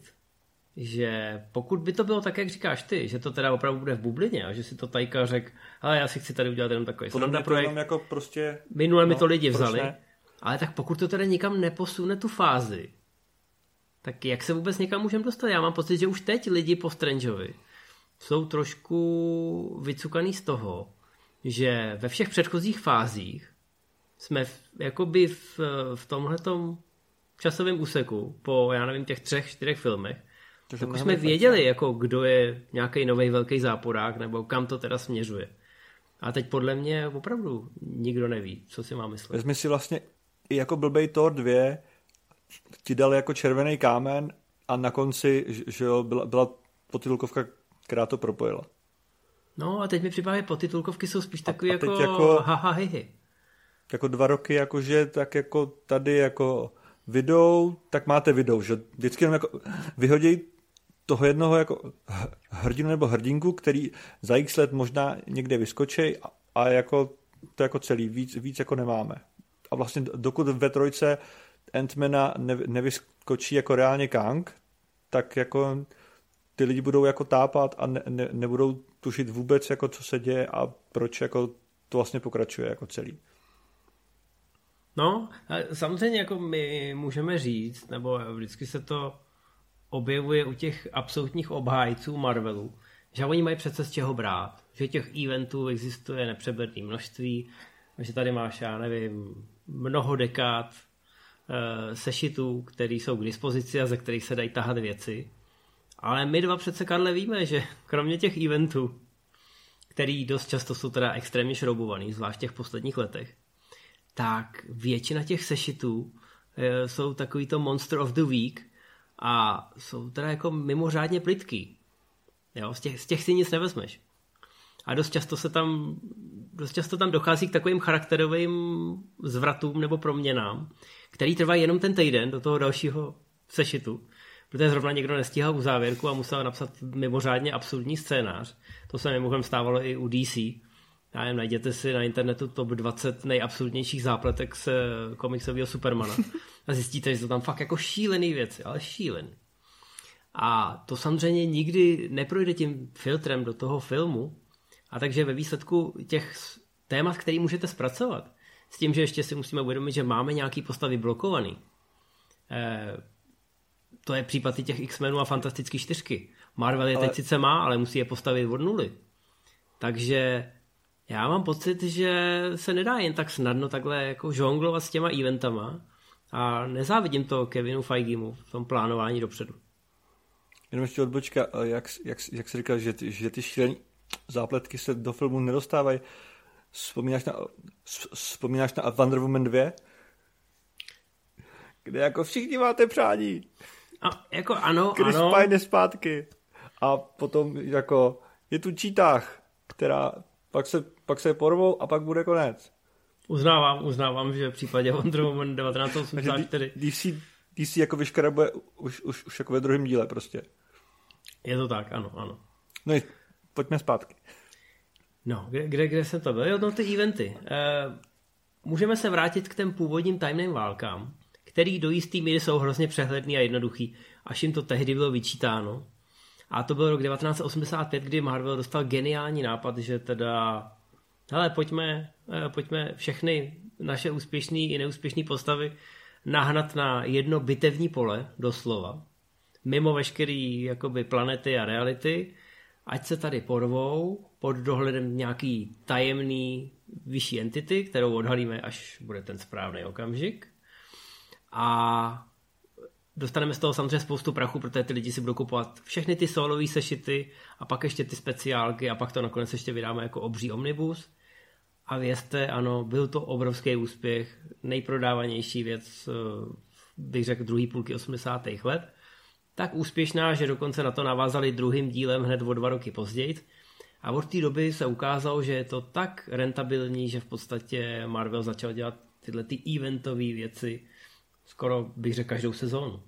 že pokud by to bylo tak, jak říkáš ty, že to teda opravdu bude v bublině a že si to Tajka řekl, ale já si chci tady udělat jenom takový sranda projekt. Jako prostě, minule no, mi to lidi vzali, ale tak pokud to teda nikam neposune tu fázi, tak jak se vůbec někam můžeme dostat? Já mám pocit, že už teď lidi po Strangeovi jsou trošku vycukaný z toho, že ve všech předchozích fázích jsme v, jakoby v, v tomhletom časovém úseku po, já nevím, těch třech, čtyřech filmech, tak už jsme věděli, jako, kdo je nějaký nový velký záporák, nebo kam to teda směřuje. A teď podle mě opravdu nikdo neví, co si má myslet. Vezmi si vlastně i jako blbej Thor dva ti dal jako červený kámen a na konci, že jo, byla, byla podtitulkovka, která to propojila. No a teď mi připadají podtitulkovky jsou spíš takový jako, jako haha hihi. Jako dva roky, jakože tak jako tady jako video, tak máte video, že vždycky jenom jako vyhodí toho jednoho jako hrdinu nebo hrdinku, který za x let možná někde vyskočí a, a jako to jako celý, víc, víc jako nemáme. A vlastně dokud ve trojce Ant-Mana ne, nevyskočí jako reálně Kang, tak jako ty lidi budou jako tápat a ne, ne, nebudou tušit vůbec, jako co se děje a proč jako to vlastně pokračuje jako celý. No, samozřejmě jako my můžeme říct, nebo vždycky se to objevuje u těch absolutních obhájců Marvelu, že oni mají přece z čeho brát, že těch eventů existuje nepřeberné množství, že tady máš, já nevím, mnoho dekád e, sešitů, které jsou k dispozici a ze kterých se dají tahat věci. Ale my dva přece, Karle, víme, že kromě těch eventů, který dost často jsou teda extrémně šroubovaný, zvlášť v těch posledních letech, tak většina těch sešitů e, jsou takový to Monster of the Week a jsou teda jako mimořádně plytký. Jo, z těch, z těch si nic nevezmeš. A dost často se tam dost často tam dochází k takovým charakterovým zvratům nebo proměnám, který trvají jenom ten týden do toho dalšího sešitu. Protože zrovna někdo nestíhal u závěrku a musel napsat mimořádně absurdní scénář. To se mimochodem stávalo i u D C. Já jen najděte si na internetu top dvacet nejabsurdnějších zápletek z komiksového Supermana a zjistíte, že jsou tam fakt jako šílený věci, ale šílený. A to samozřejmě nikdy neprojde tím filtrem do toho filmu, a takže ve výsledku těch témat, který můžete zpracovat, s tím, že ještě si musíme uvědomit, že máme nějaký postavy blokovaný. E, to je případ i těch X-menů a Fantastické čtyřky. Marvel je ale... teď sice má, ale musí je postavit od nuly. Takže já mám pocit, že se nedá jen tak snadno takhle jako žonglovat s těma eventama a nezávidím to Kevinu Feigemu v tom plánování dopředu. Jenom ještě odbočka, jak, jak, jak jsi říkal, že ty, že ty šílený zápletky se do filmu nedostávají. Vzpomínáš na, vzpomínáš na Wonder Woman dva? Kde jako všichni máte přání. A jako ano, Chris ano. Pine zpátky. A potom jako je tu čítách, která pak se, pak se porvou a pak bude konec. Uznávám, uznávám, že v případě Wonder Woman devatenáct osmdesát čtyři D C, D C jako vyškarabuje už, už, už jako ve druhém díle prostě. Je to tak, ano, ano. No i pojďme zpátky. No, kde, kde, kde jsem to byl? Jo, no ty eventy. E, můžeme se vrátit k těm původním tajným válkám, který do jistý míry jsou hrozně přehledný a jednoduchý, až jim to tehdy bylo vyčítáno. A to byl rok devatenáct osmdesát pět, kdy Marvel dostal geniální nápad, že teda hele, pojďme, pojďme všechny naše úspěšný i neúspěšný postavy nahnat na jedno bitevní pole, doslova, mimo veškerý jakoby planety a reality, ať se tady porvou pod dohledem nějaký tajemný vyšší entity, kterou odhalíme, až bude ten správný okamžik. A dostaneme z toho samozřejmě spoustu prachu, protože ty lidi si budou kupovat všechny ty solový sešity a pak ještě ty speciálky a pak to nakonec ještě vydáme jako obří omnibus. A vězte, ano, byl to obrovský úspěch, nejprodávanější věc, bych řekl, druhý půlky osmdesátých let. Tak úspěšná, že dokonce na to navázali druhým dílem hned o dva roky později. A od té doby se ukázalo, že je to tak rentabilní, že v podstatě Marvel začal dělat tyhle ty eventové věci skoro, bych řekl, každou sezónu.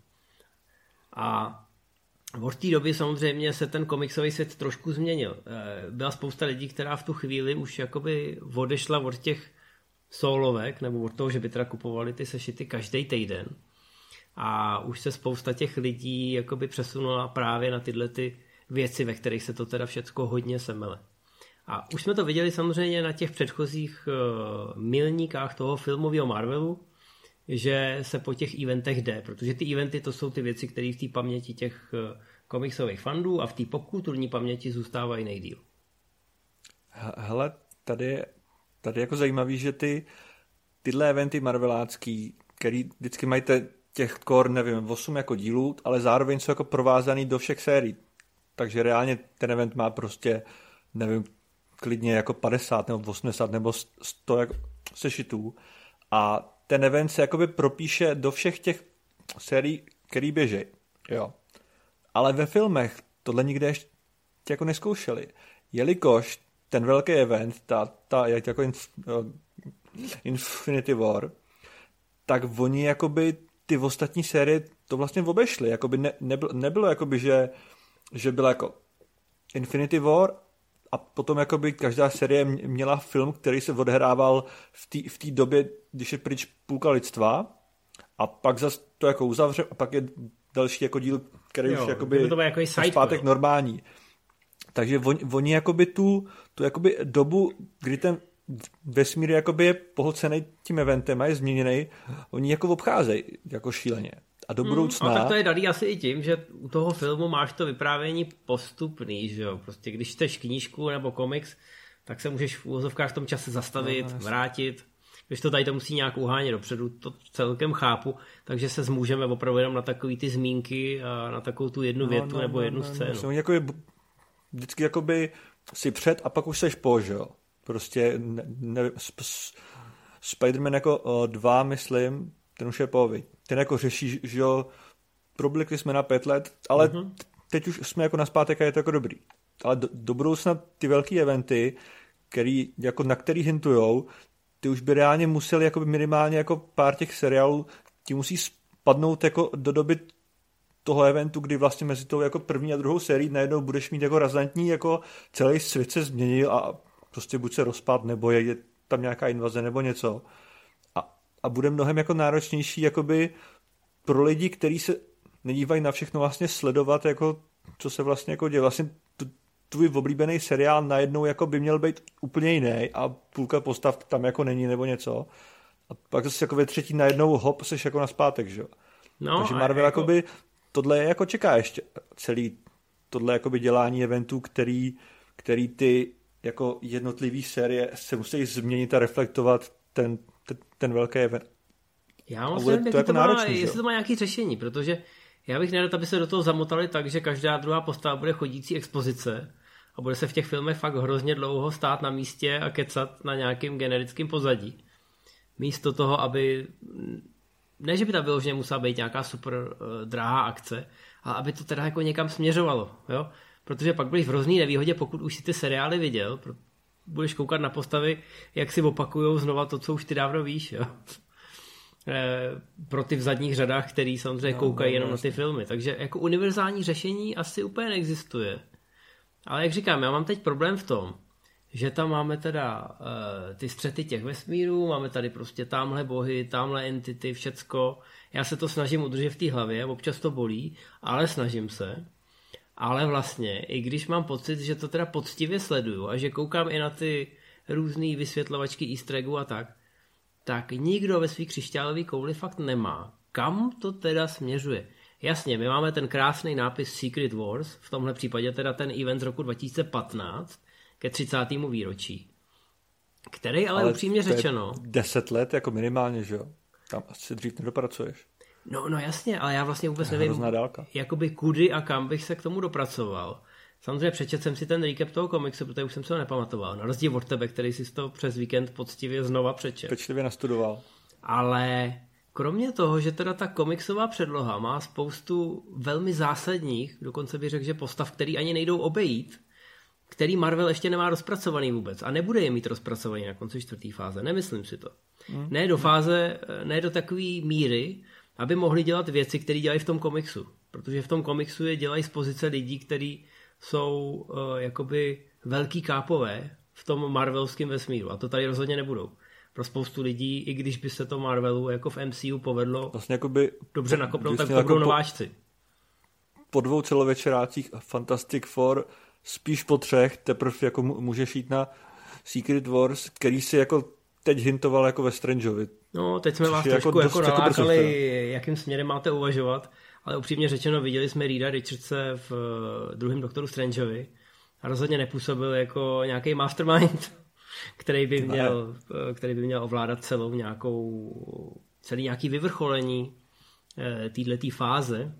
A od té doby samozřejmě se ten komiksový svět trošku změnil. Byla spousta lidí, která v tu chvíli už jakoby odešla od těch solovek, nebo od toho, že by teda kupovali ty sešity každý týden. A už se spousta těch lidí jakoby přesunula právě na tyhle ty věci, ve kterých se to teda všecko hodně semele. A už jsme to viděli samozřejmě na těch předchozích uh, milníkách toho filmového Marvelu, že se po těch eventech jde, protože ty eventy to jsou ty věci, které v té paměti těch uh, komiksových fandů a v té popkulturní paměti zůstávají nejdýl. Hele, tady, tady jako zajímavý, že ty tyhle eventy marvelácký, který vždycky mají te, těch core, nevím, osm jako dílů, ale zároveň jsou jako provázaný do všech sérií. Takže reálně ten event má prostě, nevím, klidně jako padesát nebo osmdesát nebo sto jako sešitů. A ten event se jakoby propíše do všech těch sérií, který běží. Jo. Ale ve filmech tohle nikde ještě jako neskoušeli. Jelikož ten velký event, ta, ta jako inf, Infinity War, tak oni jakoby ty ostatní série to vlastně obešly. Jakoby ne, nebylo, nebylo jakoby, že, že byla jako Infinity War a potom jakoby každá série měla film, který se odehrával v té v té době, když je pryč půlka lidstva a pak zase to jako uzavře a pak je další jako díl, který jo, už jakoby to jako zpátek jo. normální. Takže oni, oni jakoby tu, tu jakoby dobu, kdy ten vesmír jakoby je pohlcený tím eventem a je změněný, oni jako obcházejí jako šíleně. A do budoucna... Hmm, a tak to je daný asi i tím, že u toho filmu máš to vyprávění postupný, že jo? Prostě když čteš knížku nebo komiks, tak se můžeš v úvozovkách v tom čase zastavit, no, vrátit. Když to tady to musí nějak uhánět dopředu, to celkem chápu, takže se zmůžeme opravdu jenom na takový ty zmínky a na takovou tu jednu no, větu no, nebo no, jednu no, scénu. No, jako je, vždycky jakoby si před a pak už seš po, že jo? Prostě ne, ne, Spider-Man jako o, dva, myslím, ten už je po, ten jako řeší, že jo, problikli jsme na pět let, ale mm-hmm. teď už jsme jako naspátek a je to jako dobrý. Ale do, do budoucna ty velký eventy, který, jako na který hintujou, ty už by reálně museli jako minimálně jako pár těch seriálů, ti musí spadnout jako do doby toho eventu, kdy vlastně mezi tou jako první a druhou sérií najednou budeš mít jako razantní, jako celý svět se změnil a prostě buď se rozpad, nebo je, je tam nějaká invaze, nebo něco. A, a bude mnohem jako náročnější jakoby pro lidi, kteří se nedívají na všechno vlastně sledovat, jako co se vlastně jako děje. Vlastně t- tvůj oblíbený seriál najednou jako by měl být úplně jiný a půlka postav tam jako není, nebo něco. A pak zase jako ve třetí najednou hop, seš jako naspátek, že jo. No, takže Marvel jako... jakoby tohle je jako čeká ještě celý tohle jakoby dělání eventů, který, který ty jako jednotlivý série se musí změnit a reflektovat ten, ten, ten velký event. Já mám se to, jako to má, jestli to má nějaké řešení, protože já bych nerad, aby se do toho zamotali tak, že každá druhá postava bude chodící expozice a bude se v těch filmech fakt hrozně dlouho stát na místě a kecat na nějakým generickým pozadí. Místo toho, aby ne, že by tam vyloženě musela být nějaká super uh, drahá akce, ale aby to teda jako někam směřovalo, jo? Protože pak budeš v hrozný nevýhodě, pokud už si ty seriály viděl, budeš koukat na postavy, jak si opakujou znova to, co už ty dávno víš, jo? E, pro ty v zadních řadách, který samozřejmě no, koukají no, jenom vlastně na ty filmy. Takže jako univerzální řešení asi úplně neexistuje. Ale jak říkám, já mám teď problém v tom, že tam máme teda uh, ty střety těch vesmírů, máme tady prostě tamhle bohy, tamhle entity, všecko. Já se to snažím udržet v té hlavě, občas to bolí, ale snažím se. Ale vlastně, i když mám pocit, že to teda poctivě sleduju a že koukám i na ty různý vysvětlovačky easter eggů a tak, tak nikdo ve svý křišťálové kouli fakt nemá. Kam to teda směřuje? Jasně, my máme ten krásný nápis Secret Wars, v tomhle případě teda ten event z roku dva tisíce patnáct ke třicátému výročí, který ale, ale upřímně řečeno... deset let jako minimálně, že jo? Tam asi dřív nedopracuješ. No, no jasně, ale já vlastně vůbec nevím, jakoby kudy a kam bych se k tomu dopracoval. Samozřejmě přečet jsem si ten recap toho komiksu, protože už jsem se ho nepamatoval. Na rozdíl od tebe, který si to přes víkend poctivě znova přečet. Pečlivě nastudoval. Ale kromě toho, že teda ta komiksová předloha má spoustu velmi zásadních, dokonce bych řekl, že postav, který ani nejdou obejít, který Marvel ještě nemá rozpracovaný vůbec a nebude je mít rozpracovaný na konci čtvrté fáze. Nemyslím si to. Hmm. Ne do fáze, ne do takové míry, aby mohli dělat věci, které dělají v tom komiksu. Protože v tom komiksu je dělají z pozice lidí, kteří jsou uh, jakoby velký kápové v tom marvelském vesmíru. A to tady rozhodně nebudou. Pro spoustu lidí, i když by se to Marvelu jako v M C U povedlo vlastně jakoby, dobře nakopnout, tak to budou nováčci. Po dvou celovečerácích Fantastic Four, spíš po třech, teprve jako můžeš jít na Secret Wars, který si jako teď hintoval jako ve Strangeovi. No, teď jsme vás trošku jako, jako nalákali, jakým směrem máte uvažovat, ale upřímně řečeno viděli jsme Reeda Richardse v uh, druhém Doktoru Strangeovi a rozhodně nepůsobil jako nějaký mastermind, který by měl, který by měl ovládat celou nějakou, celý nějaký vyvrcholení uh, této fáze.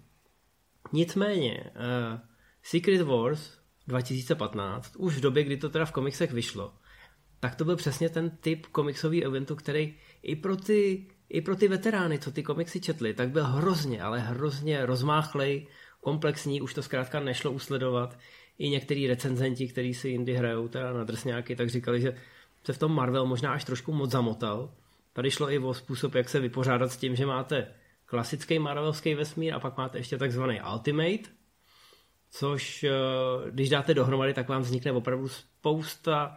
Nicméně uh, Secret Wars dva tisíce patnáct, už v době, kdy to teda v komiksech vyšlo, tak to byl přesně ten typ komiksový eventu, který i pro ty, i pro ty veterány, co ty komiksy četli, tak byl hrozně, ale hrozně rozmáchlej, komplexní, už to zkrátka nešlo usledovat. I některý recenzenti, kteří si jindy hrajou teda na drsňáky, tak říkali, že se v tom Marvel možná až trošku moc zamotal. Tady šlo i o způsob, jak se vypořádat s tím, že máte klasický marvelský vesmír a pak máte ještě takzvaný Ultimate, což když dáte dohromady, tak vám vznikne opravdu spousta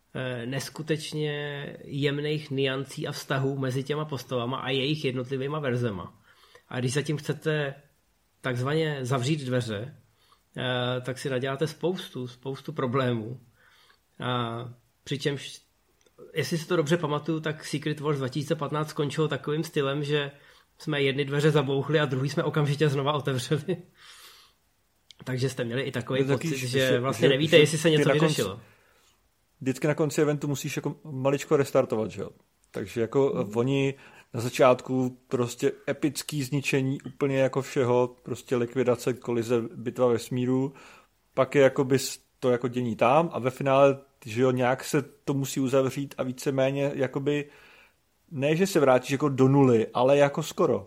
neskutečně jemných niancí a vztahů mezi těma postavama a jejich jednotlivýma verzema. A když zatím chcete takzvaně zavřít dveře, tak si naděláte spoustu, spoustu problémů. A přičemž, jestli si to dobře pamatuju, tak Secret Wars dva tisíce patnáct skončilo takovým stylem, že jsme jedny dveře zabouchli a druhý jsme okamžitě znova otevřeli. Takže jste měli i takový pocit, taky, že vlastně že, nevíte, že jestli se něco vyřešilo. Vždycky na konci eventu musíš jako maličko restartovat, že jo? Takže jako mm. oni na začátku prostě epický zničení úplně jako všeho, prostě likvidace, kolize, bitva vesmíru, pak je jakoby to jako dění tam a ve finále, že jo, nějak se to musí uzavřít a víceméně jakoby ne, že se vrátíš jako do nuly, ale jako skoro.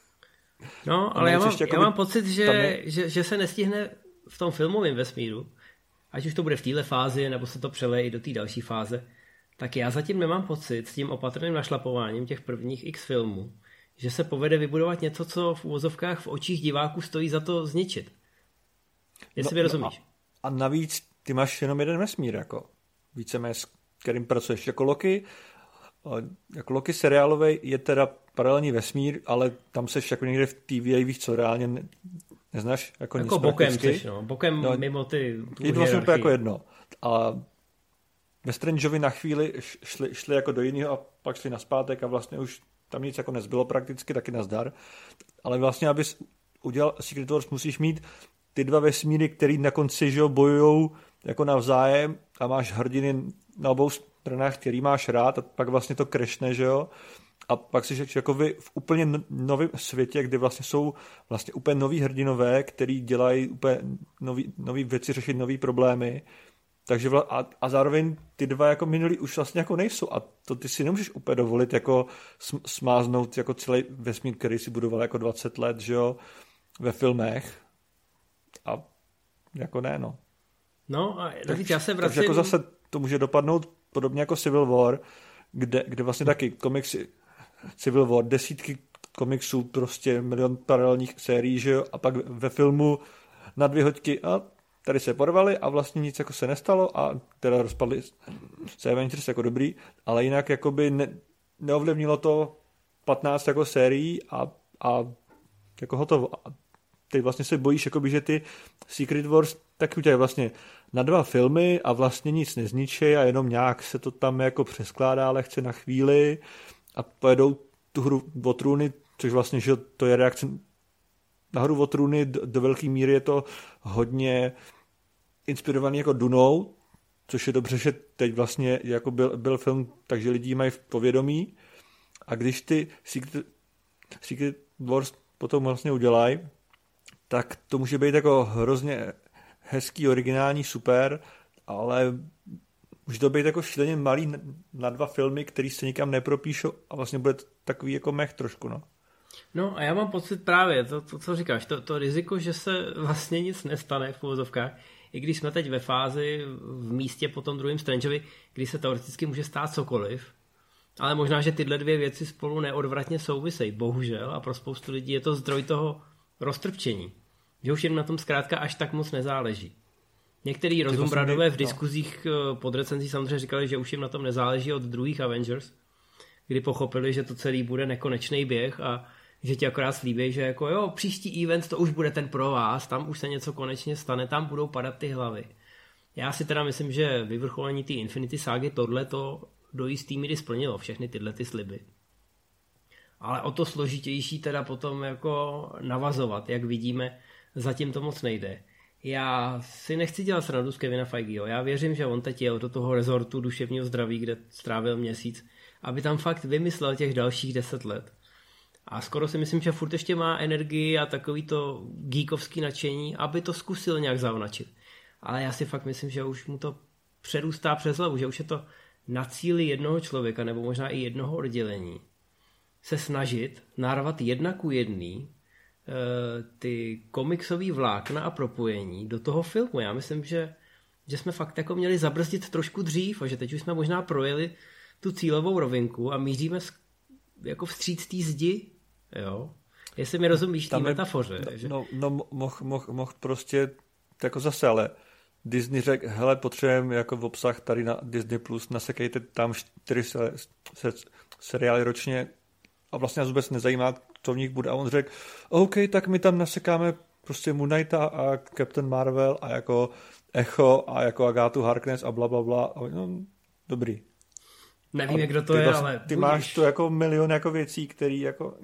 No, ale já mám, já mám pocit, že, je... že, že se nestihne v tom filmovém vesmíru, ať už to bude v téhle fázi, nebo se to přeleje i do té další fáze, tak já zatím nemám pocit s tím opatrným našlapováním těch prvních x filmů, že se povede vybudovat něco, co v uvozovkách v očích diváků stojí za to zničit. Jestli no, mi rozumíš. No a, a navíc ty máš jenom jeden vesmír, jako víceméně s kterým pracuješ jako Loki. Jako Loki seriálovej je teda paralelní vesmír, ale tam seš jako někde v T V A, víš co, reálně ne, neznáš jako, jako nic bokem seš, no. Bokem no, mimo ty je to vlastně úplně jako jedno. A ve Strangeovi na chvíli šli, šli jako do jiného a pak šli naspátek a vlastně už tam nic jako nezbylo prakticky, taky nazdar. Ale vlastně, abys udělal Secret Wars, musíš mít ty dva vesmíry, který na konci, že jo, bojujou jako navzájem a máš hrdiny na obou stranách, který máš rád a pak vlastně to crashne, že jo. A pak si jako vy v úplně novém světě, kdy vlastně jsou vlastně úplně noví hrdinové, který dělají úplně nový, nový věci, řešit nový problémy. Takže vla, a, a zároveň ty dva jako minulý už vlastně jako nejsou a to ty si nemůžeš úplně dovolit jako smáznout jako celý vesmír, který si budoval jako dvacet let, že jo, ve filmech. A jako ne, no. No a tak, já se vracím... Takže jako zase to může dopadnout podobně jako Civil War, kde, kde vlastně taky komiksy Civil War, desítky komiksů, prostě milion paralelních sérií, že jo, a pak ve filmu na dvě hoďky a tady se porvali a vlastně nic jako se nestalo a teda rozpadli se Avengers jako dobrý, ale jinak jakoby ne, neovlivnilo to patnáct jako sérií a, a jako hotovo. A ty vlastně se bojíš, jakoby, že ty Secret Wars tak udělají vlastně na dva filmy a vlastně nic nezničí a jenom nějak se to tam jako přeskládá lehce na chvíli a pojedou tu hru o trůny, což vlastně, že to je reakce na hru o trůny, do, do velké míry je to hodně inspirovaný jako Dunou, což je dobře, že teď vlastně jako byl, byl film, takže lidi mají v povědomí, a když ty Secret, Secret Wars potom vlastně udělají, tak to může být jako hrozně hezký, originální, super, ale může to být jako šíleně malý na dva filmy, který se nikam nepropíšou a vlastně bude takový jako mech trošku, no. No a já mám pocit právě, to, to co říkáš, to, to riziko, že se vlastně nic nestane v uvozovkách, i když jsme teď ve fázi v místě po tom druhém Strangeovi, kdy se teoreticky může stát cokoliv, ale možná, že tyhle dvě věci spolu neodvratně souvisejí, bohužel, a pro spoustu lidí je to zdroj toho roztrpčení, že už jim na tom zkrátka až tak moc nezáleží. Některý rozumbradové v diskuzích pod recenzí samozřejmě říkali, že už jim na tom nezáleží od druhých Avengers, kdy pochopili, že to celý bude nekonečný běh a že ti akorát slíbí, že jako jo, příští event to už bude ten pro vás, tam už se něco konečně stane, tam budou padat ty hlavy. Já si teda myslím, že vyvrcholení té Infinity ságy tohleto do jistý míry splnilo všechny tyhle ty sliby. Ale o to složitější teda potom jako navazovat, jak vidíme, zatím to moc nejde. Já si nechci dělat srandu z Kevina Feigeho. Já věřím, že on teď jel do toho rezortu duševního zdraví, kde strávil měsíc, aby tam fakt vymyslel těch dalších deset let. A skoro si myslím, že furt ještě má energii a takový to geekovský nadšení, aby to zkusil nějak zavnačit. Ale já si fakt myslím, že už mu to přerůstá přes hlavu, že už je to na cíli jednoho člověka, nebo možná i jednoho oddělení, se snažit narvat jedna ku jedný ty komiksový vlákna a propojení do toho filmu. Já myslím, že, že jsme fakt jako měli zabrzdit trošku dřív a že teď už jsme možná projeli tu cílovou rovinku a míříme jako vstříc té zdi. Jo? Jestli mi rozumíš té metafoře. No, že? no, no mohl moh, moh prostě jako zase, ale Disney řekl, hele, potřebujeme jako v obsah tady na Disney Plus, nasekejte tam čtyři se, se, seriály ročně a vlastně nás vůbec nezajímá, co v nich bude. A on řekl, OK, tak my tam nasekáme prostě Moon Knighta a Captain Marvel a jako Echo a jako Agátu Harkness a blablabla. Bla, bla. No, dobrý. Nevím, jak kdo to ty je, vlastně, ale... Ty budíš. Máš tu jako milion jako věcí, který jako...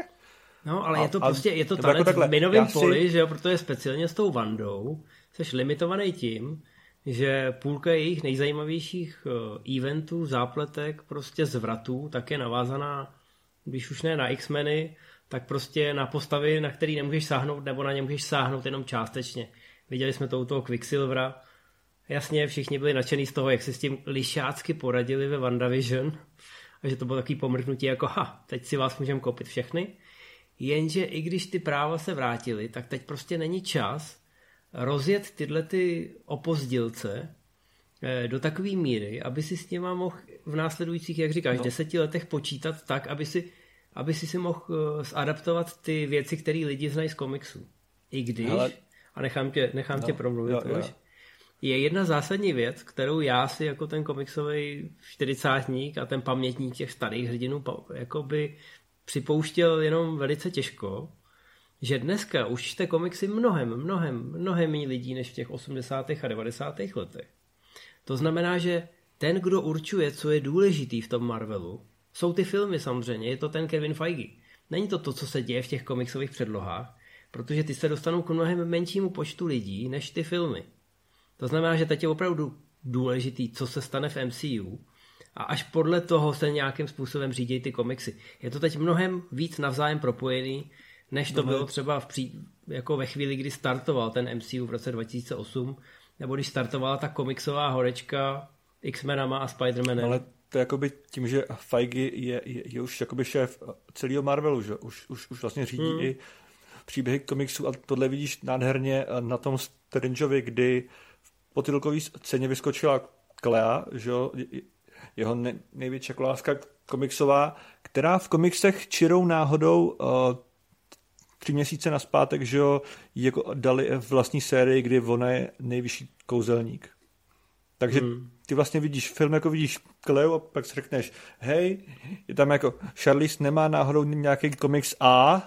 No, ale a, je to a, prostě, je to tanec tanec jako v minovém si... poli, že jo, protože speciálně s tou Wandou jsi limitovaný tím, že půlka jejich nejzajímavějších eventů, zápletek, prostě zvratů, tak je navázaná, když už ne na X-meny, tak prostě na postavy, na který nemůžeš sáhnout, nebo na ně můžeš sáhnout jenom částečně. Viděli jsme to u toho Quicksilvera. Jasně, všichni byli nadšený z toho, jak si s tím lišácky poradili ve WandaVision. A že to bylo takový pomrknutí jako, ha, teď si vás můžeme koupit všechny. Jenže i když ty práva se vrátily, tak teď prostě není čas rozjet tyhle ty opozdilce do takové míry, aby si s těma mohl v následujících, jak říkáš, no. deseti letech počítat tak, aby si aby si si mohl zadaptovat ty věci, které lidi znají z komiksu. I když, Hele. a nechám tě, nechám no, tě promluvit jo, už, jo. je jedna zásadní věc, kterou já si jako ten komiksový čtyřicátník a ten pamětník těch starých hrdinů jakoby připouštěl jenom velice těžko, že dneska už čte komiksy mnohem, mnohem, mnohem méně lidí než v těch osmdesátých a devadesátých letech. To znamená, že ten, kdo určuje, co je důležitý v tom Marvelu, jsou ty filmy samozřejmě, je to ten Kevin Feige. Není to to, co se děje v těch komiksových předlohách, protože ty se dostanou k mnohem menšímu počtu lidí než ty filmy. To znamená, že teď je opravdu důležitý, co se stane v M C U a až podle toho se nějakým způsobem řídí ty komiksy. Je to teď mnohem víc navzájem propojený, než to bylo třeba v pří, jako ve chvíli, kdy startoval ten M C U v roce dva tisíce osm, nebo když startovala ta komiksová horečka X-menama a Spider-Manem. Ale to je jakoby tím, že Feige je, je, je už jakoby šéf celého Marvelu, že? Už, už, už vlastně řídí hmm. i příběhy komiksů a tohle vidíš nádherně na tom Strangeovi, kdy po titulkové scéně vyskočila Clea, že? Jeho ne, největší láska komiksová, která v komiksech čirou náhodou uh, tři měsíce naspátek, že jo, jako dali vlastní sérii, kdy ona je nejvyšší kouzelník. Takže hmm. ty vlastně vidíš film, jako vidíš Cleu a pak si řekneš, hej, je tam jako Charlize nemá náhodou nějaký komiks A,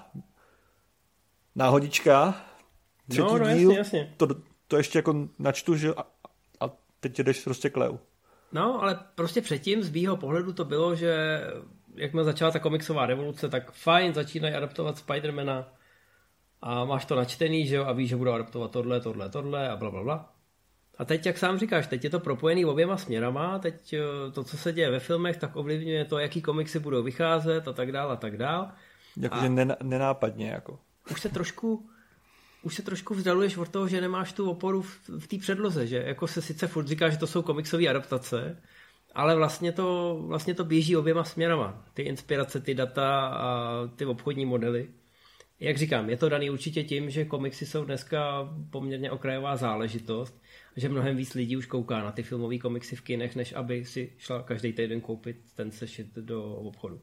náhodička, třetí no, no, díl, jasně, jasně. To, to ještě jako načtu, že a, a teď jdeš prostě Cleu. No, ale prostě předtím z mýho pohledu to bylo, že jakmile začala ta komiksová revoluce, tak fajn, začínají adaptovat Spidermana a máš to načtený, že jo, a víš, že budou adaptovat tohle, tohle, tohle a blablabla. Bla, bla. A teď, jak sám říkáš, teď je to propojený oběma směrama, teď to, co se děje ve filmech, tak ovlivňuje to, jaký komiksy budou vycházet a tak dál a tak dál. Jakože nen, nenápadně, jako. Už se trošku, už se trošku vzdaluješ od toho, že nemáš tu oporu v, v té předloze, že jako se sice furt říká, že to jsou komiksové adaptace, ale vlastně to, vlastně to běží oběma směrama. Ty inspirace, ty data a ty obchodní modely. Jak říkám, je to daný určitě tím, že komiksy jsou dneska poměrně okrajová záležitost, že mnohem víc lidí už kouká na ty filmové komiksy v kinech, než aby si šla každý týden koupit ten sešit do obchodu.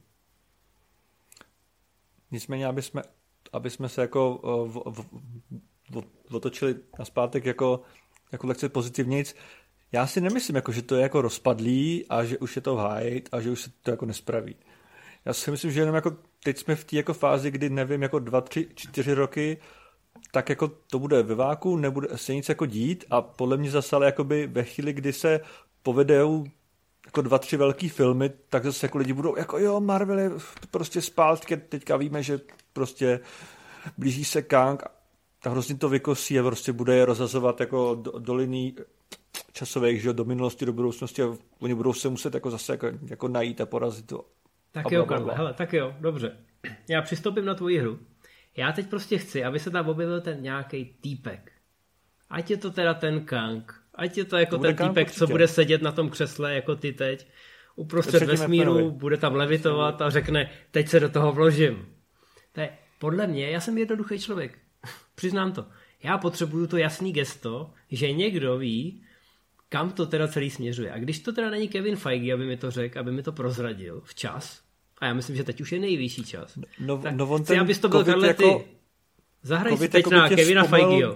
Nicméně, aby jsme, aby jsme se jako v, v, v, otočili naspátek jako, jako lekce pozitivnějc, já si nemyslím, jako, že to je jako rozpadlý a že už je to v háji a že už se to jako nespraví. Já si myslím, že jenom jako teď jsme v té jako fázi, kdy nevím, jako dva, tři, čtyři roky, tak jako to bude ve váku, nebude se nic jako dít a podle mě zase ale jakoby ve chvíli, kdy se povedou jako dva, tři velký filmy, tak zase jako lidi budou jako jo, Marvel je prostě zpátky, teďka víme, že prostě blíží se Kang a hrozně to vykosí a prostě bude je rozhazovat jako do, do liní časových, že do minulosti, do budoucnosti a oni budou se muset jako zase jako, jako najít a porazit to. Tak jo, Karle, hele, tak jo, dobře. Já přistoupím na tvoji hru. Já teď prostě chci, aby se tam objevil ten nějaký týpek. Ať je to teda ten Kang, ať je to jako to ten Kang týpek, určitě, co bude sedět na tom křesle jako ty teď, uprostřed vesmíru, bude tam levitovat a řekne, teď se do toho vložím. To je, podle mě, já jsem jednoduchý člověk. Přiznám to. Já potřebuju to jasný gesto, že někdo ví, kam to teda celý směřuje. A když to teda není Kevin Feige, aby mi to řekl, aby mi to prozradil včas, a já myslím, že teď už je nejvyšší čas, no, tak no on chci, abys to byl tenhle jako, ty. Zahraj si teď na Kevina Feigeho.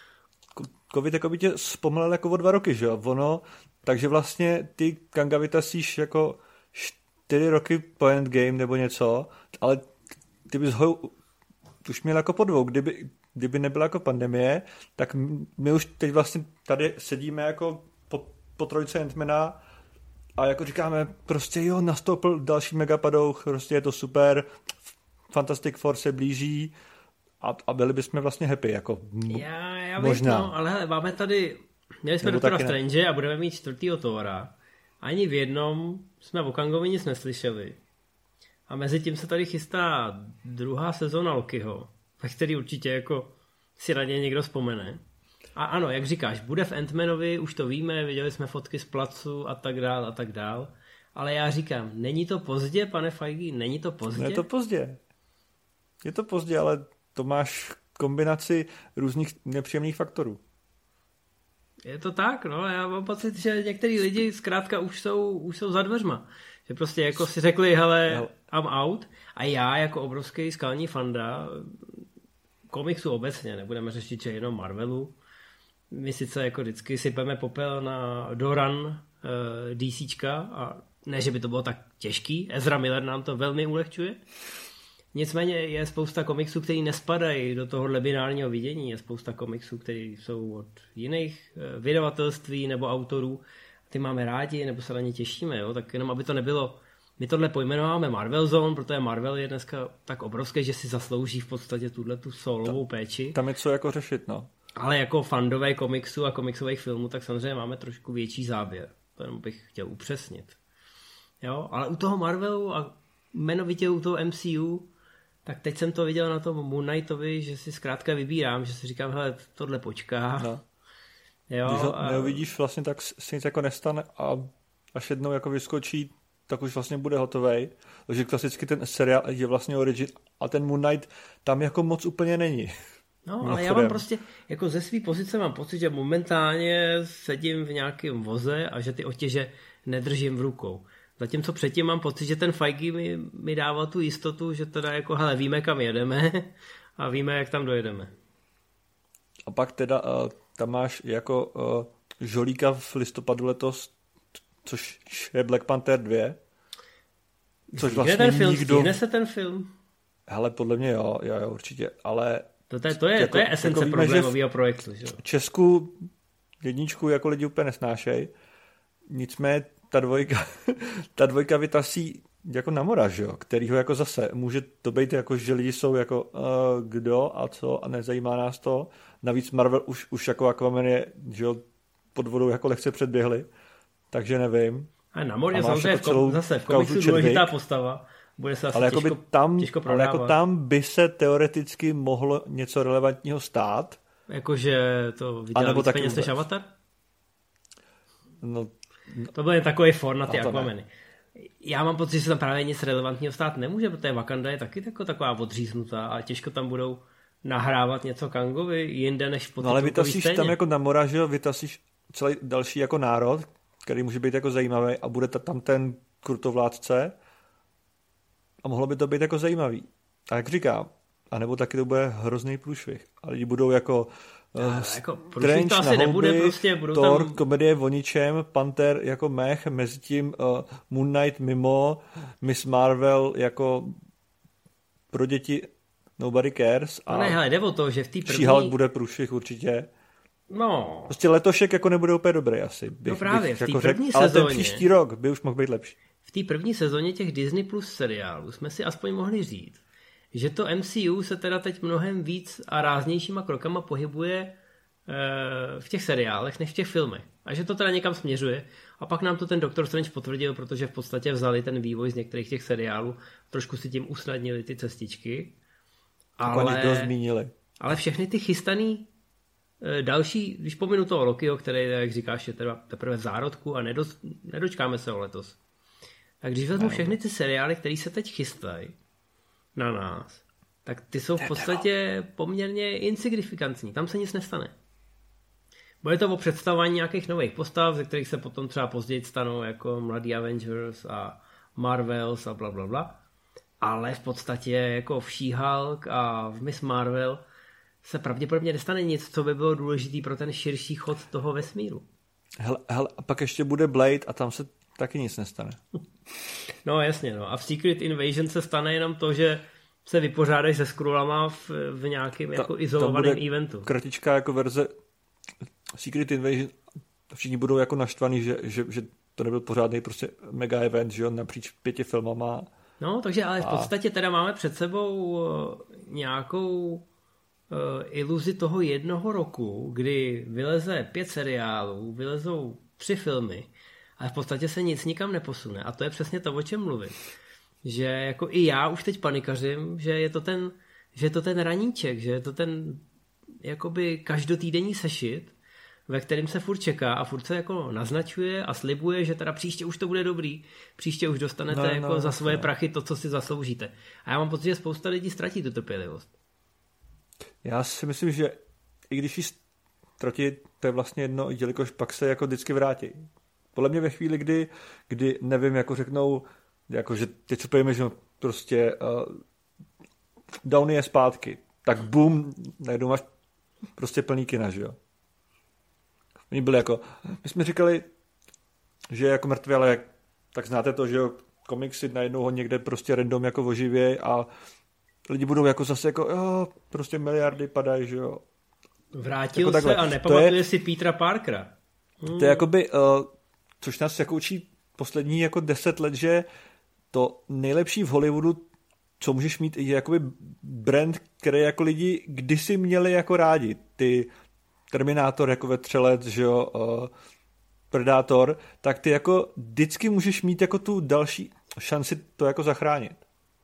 Covid jako by tě zpomalil jako o dva roky, že jo? Ono, takže vlastně ty Kanga vytasíš jako čtyři roky po Endgame nebo něco, ale ty bys ho už měl jako po dvou. Kdyby, kdyby nebyla jako pandemie, tak my už teď vlastně tady sedíme jako po, po trojce Ant-Mana a jako říkáme prostě jo, nastoupil další megapadouch, prostě je to super, Fantastic Four se blíží a, a byli bychom vlastně happy, jako m- já, já možná. Vím, no, ale hele, máme tady, měli jsme Doktora Strange a budeme mít čtvrtýho Thora. Ani v jednom jsme o Kangovi nic neslyšeli. A mezi tím se tady chystá druhá sezóna Lokiho, ve který určitě jako si na něj někdo vzpomene. A ano, jak říkáš, bude v Ant-Manovi, už to víme, viděli jsme fotky z placu a tak dál a tak dál. Ale já říkám, není to pozdě, pane Feige, není to pozdě? No je to pozdě. Je to pozdě, ale to máš kombinaci různých nepříjemných faktorů. Je to tak, no, já mám pocit, že některý lidi zkrátka už jsou, už jsou za dveřma. Že prostě jako si řekli, hele, no. I'm out. A já jako obrovský skalní fanda komiksu obecně, nebudeme řešit, že jenom Marvelu. My sice jako vždycky sypeme popel na Doran uh, DCčka a ne, že by to bylo tak těžký. Ezra Miller nám to velmi ulehčuje. Nicméně je spousta komiksů, který nespadají do tohohle binárního vidění. Je spousta komiksů, které jsou od jiných vydavatelství nebo autorů. Ty máme rádi, nebo se na ně těšíme. Jo? Tak jenom, aby to nebylo... My tohle pojmenováme Marvel Zone, protože Marvel je dneska tak obrovský, že si zaslouží v podstatě tuhle tu solovou péči. Tam je co jako řešit, no. Ale jako fandové komiksu a komiksových filmů, tak samozřejmě máme trošku větší záběr. To jenom bych chtěl upřesnit. Jo? Ale u toho Marvelu a jmenovitě u toho M C U, tak teď jsem to viděl na tom Moon Knightovi, že si zkrátka vybírám, že si říkám, hele, tohle počká. No. Jo, Když ho a... neuvidíš, vlastně tak se nic jako nestane a až jednou jako vyskočí, tak už vlastně bude hotovej. Takže klasicky ten seriál je vlastně origin a ten Moon Knight tam jako moc úplně není. No, ale já mám prostě, jako ze své pozice mám pocit, že momentálně sedím v nějakém voze a že ty otěže nedržím v rukou. Zatímco předtím mám pocit, že ten Feige mi, mi dává tu jistotu, že teda jako, hele, víme, kam jedeme a víme, jak tam dojedeme. A pak teda uh, tam máš jako uh, žolíka v listopadu letos, což je Black Panther dva. Což vlastně ten film, nikdo... Stihne se ten film? Hele, podle mě jo, jo, jo určitě, ale... To, to, je, to, je, jako, to je esence jako problémového projektu, že jo? Česku jedničku jako lidi úplně nesnášej, nicméně ta dvojka, ta dvojka vytasí jako Namora, že jo, kterýho jako zase může to být jako, že lidi jsou jako uh, kdo a co a nezajímá nás to. Navíc Marvel už, už jako Aquaman je, že jo, pod vodou jako lehce předběhli, takže nevím. A Namor je a samozřejmě jako v kom, zase v komiksu důležitá postava. Bude se asi ale těžko, tam, těžko ale jako tam by se teoreticky mohlo něco relevantního stát. Jakože to vydělá víc peněz než Avatar? No, to byl jen takový for na ty Aquamany. Já mám pocit, že se tam právě nic relevantního stát nemůže, protože Wakanda je taky tako, taková odříznutá a těžko tam budou nahrávat něco Kangovi jinde než po no, ale vytasíš tam jako Namora, že jo, vytasíš celý další jako národ, který může být jako zajímavý a bude tam ten krutovládce a mohlo by to být jako zajímavý. A jak říkám, anebo taky to bude hrozný průšvih. A lidi budou jako Uh, jako Strange to asi houby, nebude, prostě budou Thor, tam... komedie o ničem, Panther jako mech, mezi tím uh, Moon Knight mimo, Miss Marvel jako pro děti Nobody Cares. A no ne, hele, jde o to, že v té první... She-Hulk bude průšvih určitě. No. Prostě letošek jako nebude úplně dobrý asi. Bych, no právě, bych v té jako první řek, sezóně... Ale ten příští rok by už mohl být lepší. V té první sezóně těch Disney Plus seriálů jsme si aspoň mohli říct, že to M C U se teda teď mnohem víc a ráznějšíma krokama pohybuje e, v těch seriálech než v těch filmech. A že to teda někam směřuje. A pak nám to ten Doctor Strange potvrdil, protože v podstatě vzali ten vývoj z některých těch seriálů, trošku si tím usnadnili ty cestičky. Ale, to zmínili. ale všechny ty chystaný e, další, když pominu toho Lokiho, který, jak říkáš, je teda teprve v zárodku a nedo, nedočkáme se ho letos. Tak když vezmu všechny ty seriály, které se teď chystají na nás, tak ty jsou v podstatě poměrně insignifikantní. Tam se nic nestane. Bude to o představování nějakých nových postav, ze kterých se potom třeba později stanou jako mladý Avengers a Marvels a bla bla bla. Ale v podstatě jako v She-Hulk a v Miss Marvel se pravděpodobně nestane nic, co by bylo důležitý pro ten širší chod toho vesmíru. Hele, hele, a pak ještě bude Blade a tam se taky nic nestane. No jasně, no. A v Secret Invasion se stane jenom to, že se vypořádají se Skrullama v, v nějakém Ta, jako izolovaném eventu. Kratičká jako verze Secret Invasion, všichni budou jako naštvaný, že, že, že to nebyl pořádný prostě mega event, že on napříč pěti filmama. No, takže ale v podstatě teda máme před sebou nějakou uh, iluzi toho jednoho roku, kdy vyleze pět seriálů, vylezou tři filmy, ale v podstatě se nic nikam neposune. A to je přesně to, o čem mluvím. Že jako i já už teď panikařím, že je to ten, že je to ten raníček, že je to ten jakoby každotýdenní sešit, ve kterém se furt čeká a furt se jako naznačuje a slibuje, že teda příště už to bude dobrý, příště už dostanete no, jako no, za svoje no. prachy to, co si zasloužíte. A já mám pocit, že spousta lidí ztratí tu trpělivost. Já si myslím, že i když ji ztratí, to je vlastně jedno, jelikož pak se jako vždycky vrátí. Podle mě ve chvíli, kdy, kdy nevím, jako řeknou, jako, že teď co pojíme, že prostě uh, Downey je zpátky, tak boom, najednou máš prostě plný kina, že jo. Oni byli jako, my jsme říkali, že je jako mrtvý, ale jak, tak znáte to, že jo, komiksy najednou ho někde prostě random jako oživěj a lidi budou jako zase jako, jo, prostě miliardy padají, že jo. Vrátil jako se a nepamatuje je, si Petera Parkera. Hmm. To je jakoby, uh, což nás jako učí poslední jako deset let, že to nejlepší v Hollywoodu, co můžeš mít, je jakoby brand, který jako lidi kdysi měli jako rádi. Ty Terminátor jako vetřelec, že jo, uh, Predátor, tak ty jako vždycky můžeš mít jako tu další šanci to jako zachránit.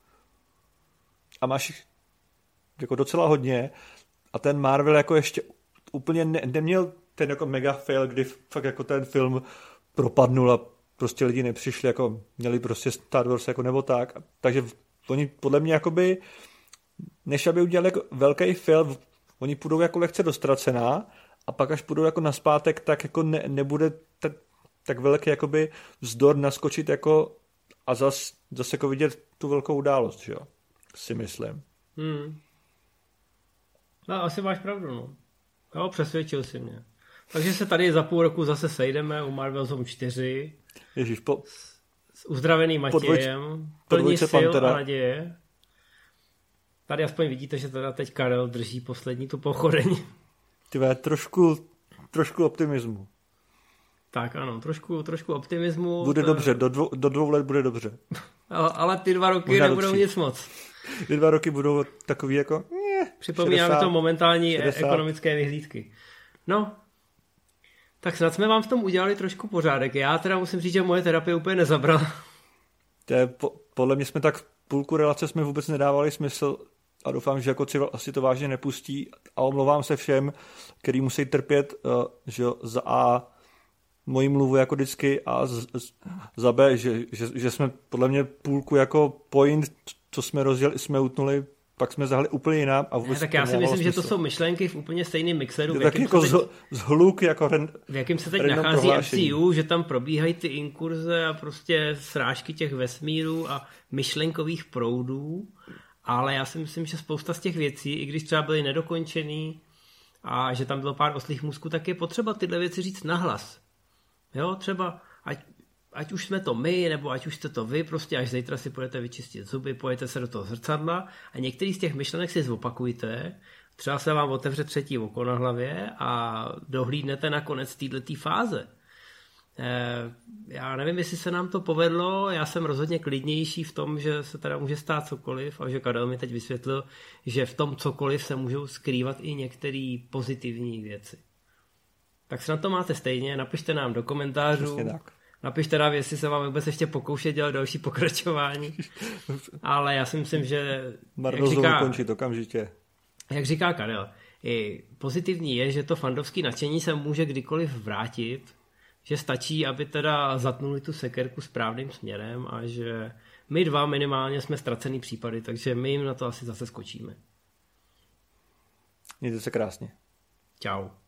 A máš jako docela hodně a ten Marvel jako ještě úplně ne, neměl ten jako mega fail, kdy fakt jako ten film propadnul a prostě lidi nepřišli, jako měli prostě Star Wars jako nebo tak. Takže oni podle mě jakoby, než aby udělali jako velký fail, oni půjdou jako lehce dostracená a pak až půjdou jako naspátek, tak jako ne, nebude tak, tak velký jakoby vzdor naskočit jako a zas, zase jako vidět tu velkou událost, že jo? Si myslím. Hmm. No, asi máš pravdu, no. Jo, přesvědčil si mě. Takže se tady za půl roku zase sejdeme u Marvel Zone čtyři. Ježíš, po... S uzdraveným Matějem. Plní sil Pantera. A naděje. Tady aspoň vidíte, že teda teď Karel drží poslední tu pochodeň. Tyvé, trošku, trošku optimismu. Tak ano, trošku, trošku optimismu. Bude to... dobře, do dvou, do dvou let bude dobře. Ale ty dva roky možná nebudou nic moc. Ty dva roky budou takový jako... Připomínáme to momentální šedesát ekonomické vyhlídky. No, tak snad jsme vám v tom udělali trošku pořádek. Já teda musím říct, že moje terapie úplně nezabrala. To je, po, podle mě jsme tak půlku relace jsme vůbec nedávali smysl a doufám, že jako třeba asi to vážně nepustí a omlouvám se všem, který musí trpět, že za A moji mluvu jako vždycky a z, z, za B, že, že, že jsme podle mě půlku jako point, co jsme rozdělili, jsme utnuli, pak jsme zahli úplně jinam. A vůbec ne, tak já si myslím, smysl. Že to jsou myšlenky v úplně stejným mixeru. Tak jako teď, zhluk, jako ren, v jakým se teď nachází M C U, že tam probíhají ty inkurze a prostě srážky těch vesmírů a myšlenkových proudů, ale já si myslím, že spousta z těch věcí, i když třeba byly nedokončený a že tam bylo pár oslých můzků, tak je potřeba tyhle věci říct nahlas. Jo, třeba, ať, ať už jsme to my, nebo ať už jste to vy, prostě až zítra si půjdete vyčistit zuby, pojďte se do toho zrcadla a některý z těch myšlenek si zopakujte, třeba se vám otevře třetí oko na hlavě a dohlídnete na konec této fáze. Eh, já nevím, jestli se nám to povedlo, já jsem rozhodně klidnější v tom, že se teda může stát cokoliv a že Karel mi teď vysvětlil, že v tom cokoliv se můžou skrývat i některé pozitivní věci. Tak se na to máte stejně, napište nám do komentářů, napište nám, jestli se vám vůbec ještě pokoušet dělat další pokračování, ale já si myslím, že jak říká, ukončit okamžitě. Jak říká Karel, i pozitivní je, že to fandovský nadšení se může kdykoliv vrátit, že stačí, aby teda zatnuli tu sekerku správným směrem a že my dva minimálně jsme ztracený případy, takže my jim na to asi zase skočíme. Mějte se krásně. Čau.